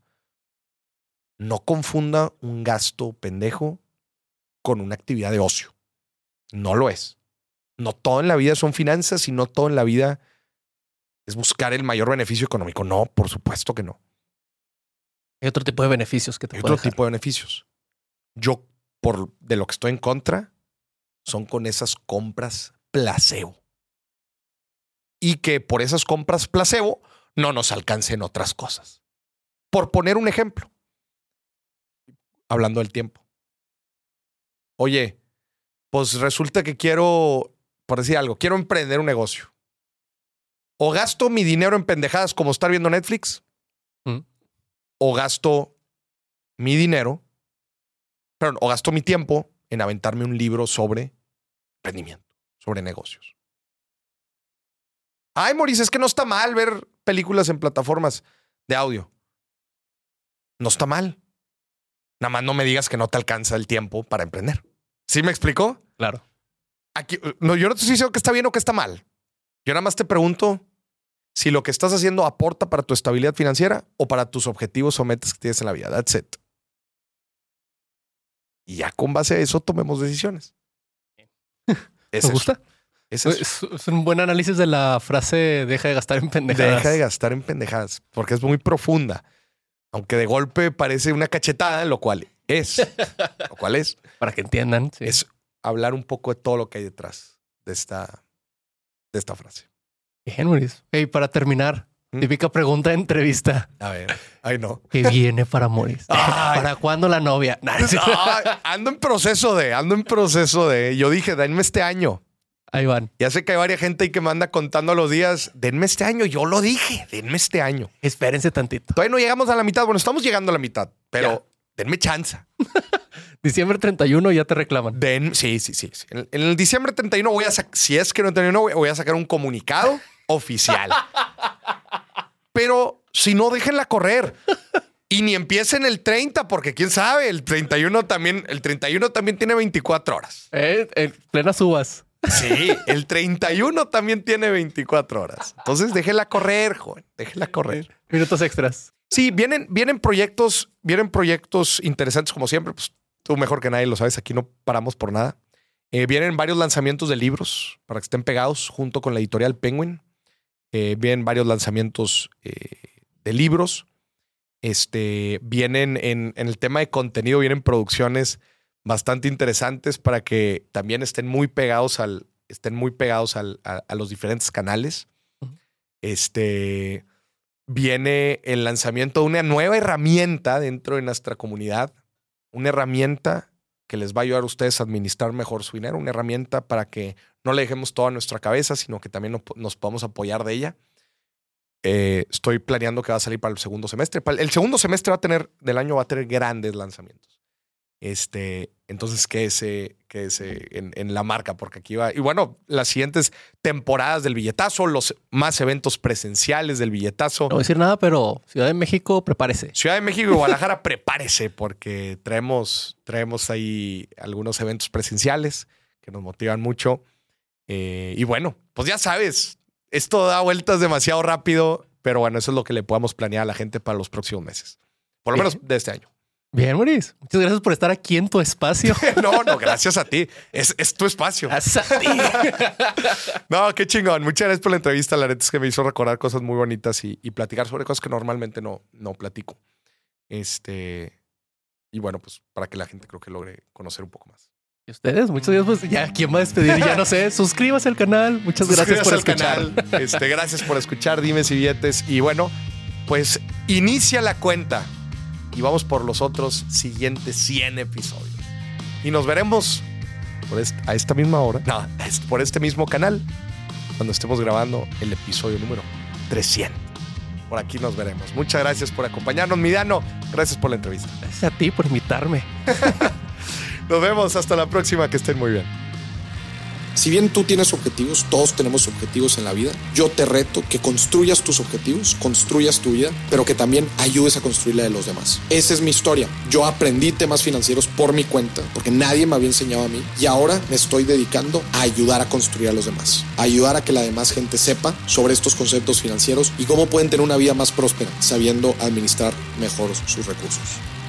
No confunda un gasto pendejo con una actividad de ocio. No lo es. No todo en la vida son finanzas y no todo en la vida es buscar el mayor beneficio económico. No, por supuesto que no. Hay otro tipo de beneficios que te Hay puede otro dejar. tipo de beneficios. Yo, por de lo que estoy en contra, son con esas compras placebo. Y que por esas compras placebo no nos alcancen otras cosas. Por poner un ejemplo. Hablando del tiempo. Oye, pues resulta que quiero, por decir algo, quiero emprender un negocio. O gasto mi dinero en pendejadas como estar viendo Netflix, ¿Mm? o gasto mi dinero, perdón, o gasto mi tiempo en aventarme un libro sobre emprendimiento, sobre negocios. Ay, Maurice, es que no está mal ver películas en plataformas de audio. No está mal. Nada más no me digas que no te alcanza el tiempo para emprender. ¿Sí me explicó? Claro. Aquí, no, yo no te estoy diciendo que está bien o que está mal. Yo nada más te pregunto si lo que estás haciendo aporta para tu estabilidad financiera o para tus objetivos o metas que tienes en la vida. That's it. Y ya con base a eso tomemos decisiones. ¿Te gusta? Es, es, es un buen análisis de la frase deja de gastar en pendejadas. Deja de gastar en pendejadas, porque es muy profunda. Aunque de golpe parece una cachetada, lo cual es. Lo cual es. Para que entiendan. Sí. Es hablar un poco de todo lo que hay detrás de esta, de esta frase. Bien, Maurice. Hey, para terminar, ¿Mm? Típica pregunta de entrevista. A ver. Ay, no. ¿Qué viene para Maurice? ¿Para cuándo la novia? Ay, ando en proceso de, ando en proceso de. Yo dije, denme este año. Ahí van. Ya sé que hay varias gente ahí que me anda contando los días. Denme este año. Yo lo dije. Denme este año. Espérense tantito. Todavía no llegamos a la mitad. Bueno, estamos llegando a la mitad, pero ya. Denme chance. Diciembre treinta y uno ya te reclaman. Den, sí, sí, sí. sí. En, en el diciembre treinta y uno voy a sacar, si es que no treinta y uno, voy a sacar un comunicado oficial. Pero si no, déjenla correr. Y ni empiecen el treinta, porque quién sabe, el treinta y uno también, el treinta y uno también tiene veinticuatro horas. Eh, en plenas uvas. Sí, el treinta y uno también tiene veinticuatro horas. Entonces déjenla correr, joven. Déjenla correr. Minutos extras. Sí, vienen, vienen proyectos, vienen proyectos interesantes como siempre. Pues tú mejor que nadie lo sabes, aquí no paramos por nada. Eh, vienen varios lanzamientos de libros para que estén pegados junto con la editorial Penguin. Eh, vienen varios lanzamientos eh, de libros. Este, vienen en, en el tema de contenido, vienen producciones bastante interesantes para que también estén muy pegados al, estén muy pegados al, a, a los diferentes canales. Uh-huh. Este, viene el lanzamiento de una nueva herramienta dentro de nuestra comunidad, una herramienta que les va a ayudar a ustedes a administrar mejor su dinero, una herramienta para que no le dejemos todo a nuestra cabeza, sino que también nos, nos podamos apoyar de ella. Eh, estoy planeando que va a salir para el segundo semestre. Para el segundo semestre va a tener, del año va a tener grandes lanzamientos. Este, entonces quédese, quédese en, en la marca, porque aquí va. Y bueno, las siguientes temporadas del billetazo, los más eventos presenciales del billetazo. No voy a decir nada, pero Ciudad de México, prepárese. Ciudad de México y Guadalajara, prepárese, porque traemos, traemos ahí algunos eventos presenciales que nos motivan mucho. Eh, y bueno, pues ya sabes, esto da vueltas demasiado rápido, pero bueno, eso es lo que le podamos planear a la gente para los próximos meses. Por lo Bien. menos de este año. Bien, Maurice. Muchas gracias por estar aquí en tu espacio. no, no, gracias a ti. Es, es tu espacio. Gracias a ti. No, qué chingón. Muchas gracias por la entrevista. La neta es que me hizo recordar cosas muy bonitas y, y platicar sobre cosas que normalmente no, no platico. Este, y bueno, pues para que la gente creo que logre conocer un poco más. Y ustedes, muchas gracias. Pues ya, ¿quién va a despedir? Ya no sé. Suscríbase al canal. Muchas gracias por escuchar. Canal. Este, gracias por escuchar. Dimes y billetes. Y bueno, pues inicia la cuenta y vamos por los otros siguientes cien episodios. Y nos veremos por este, a esta misma hora. No, por este mismo canal cuando estemos grabando el episodio número trescientos. Por aquí nos veremos. Muchas gracias por acompañarnos, Midano. Gracias por la entrevista. Gracias a ti por invitarme. Nos vemos hasta la próxima, que estén muy bien. Si bien tú tienes objetivos, todos tenemos objetivos en la vida, yo te reto que construyas tus objetivos, construyas tu vida, pero que también ayudes a construir la de los demás. Esa es mi historia. Yo aprendí temas financieros por mi cuenta, porque nadie me había enseñado a mí, y ahora me estoy dedicando a ayudar a construir a los demás, a ayudar a que la demás gente sepa sobre estos conceptos financieros y cómo pueden tener una vida más próspera, sabiendo administrar mejor sus recursos.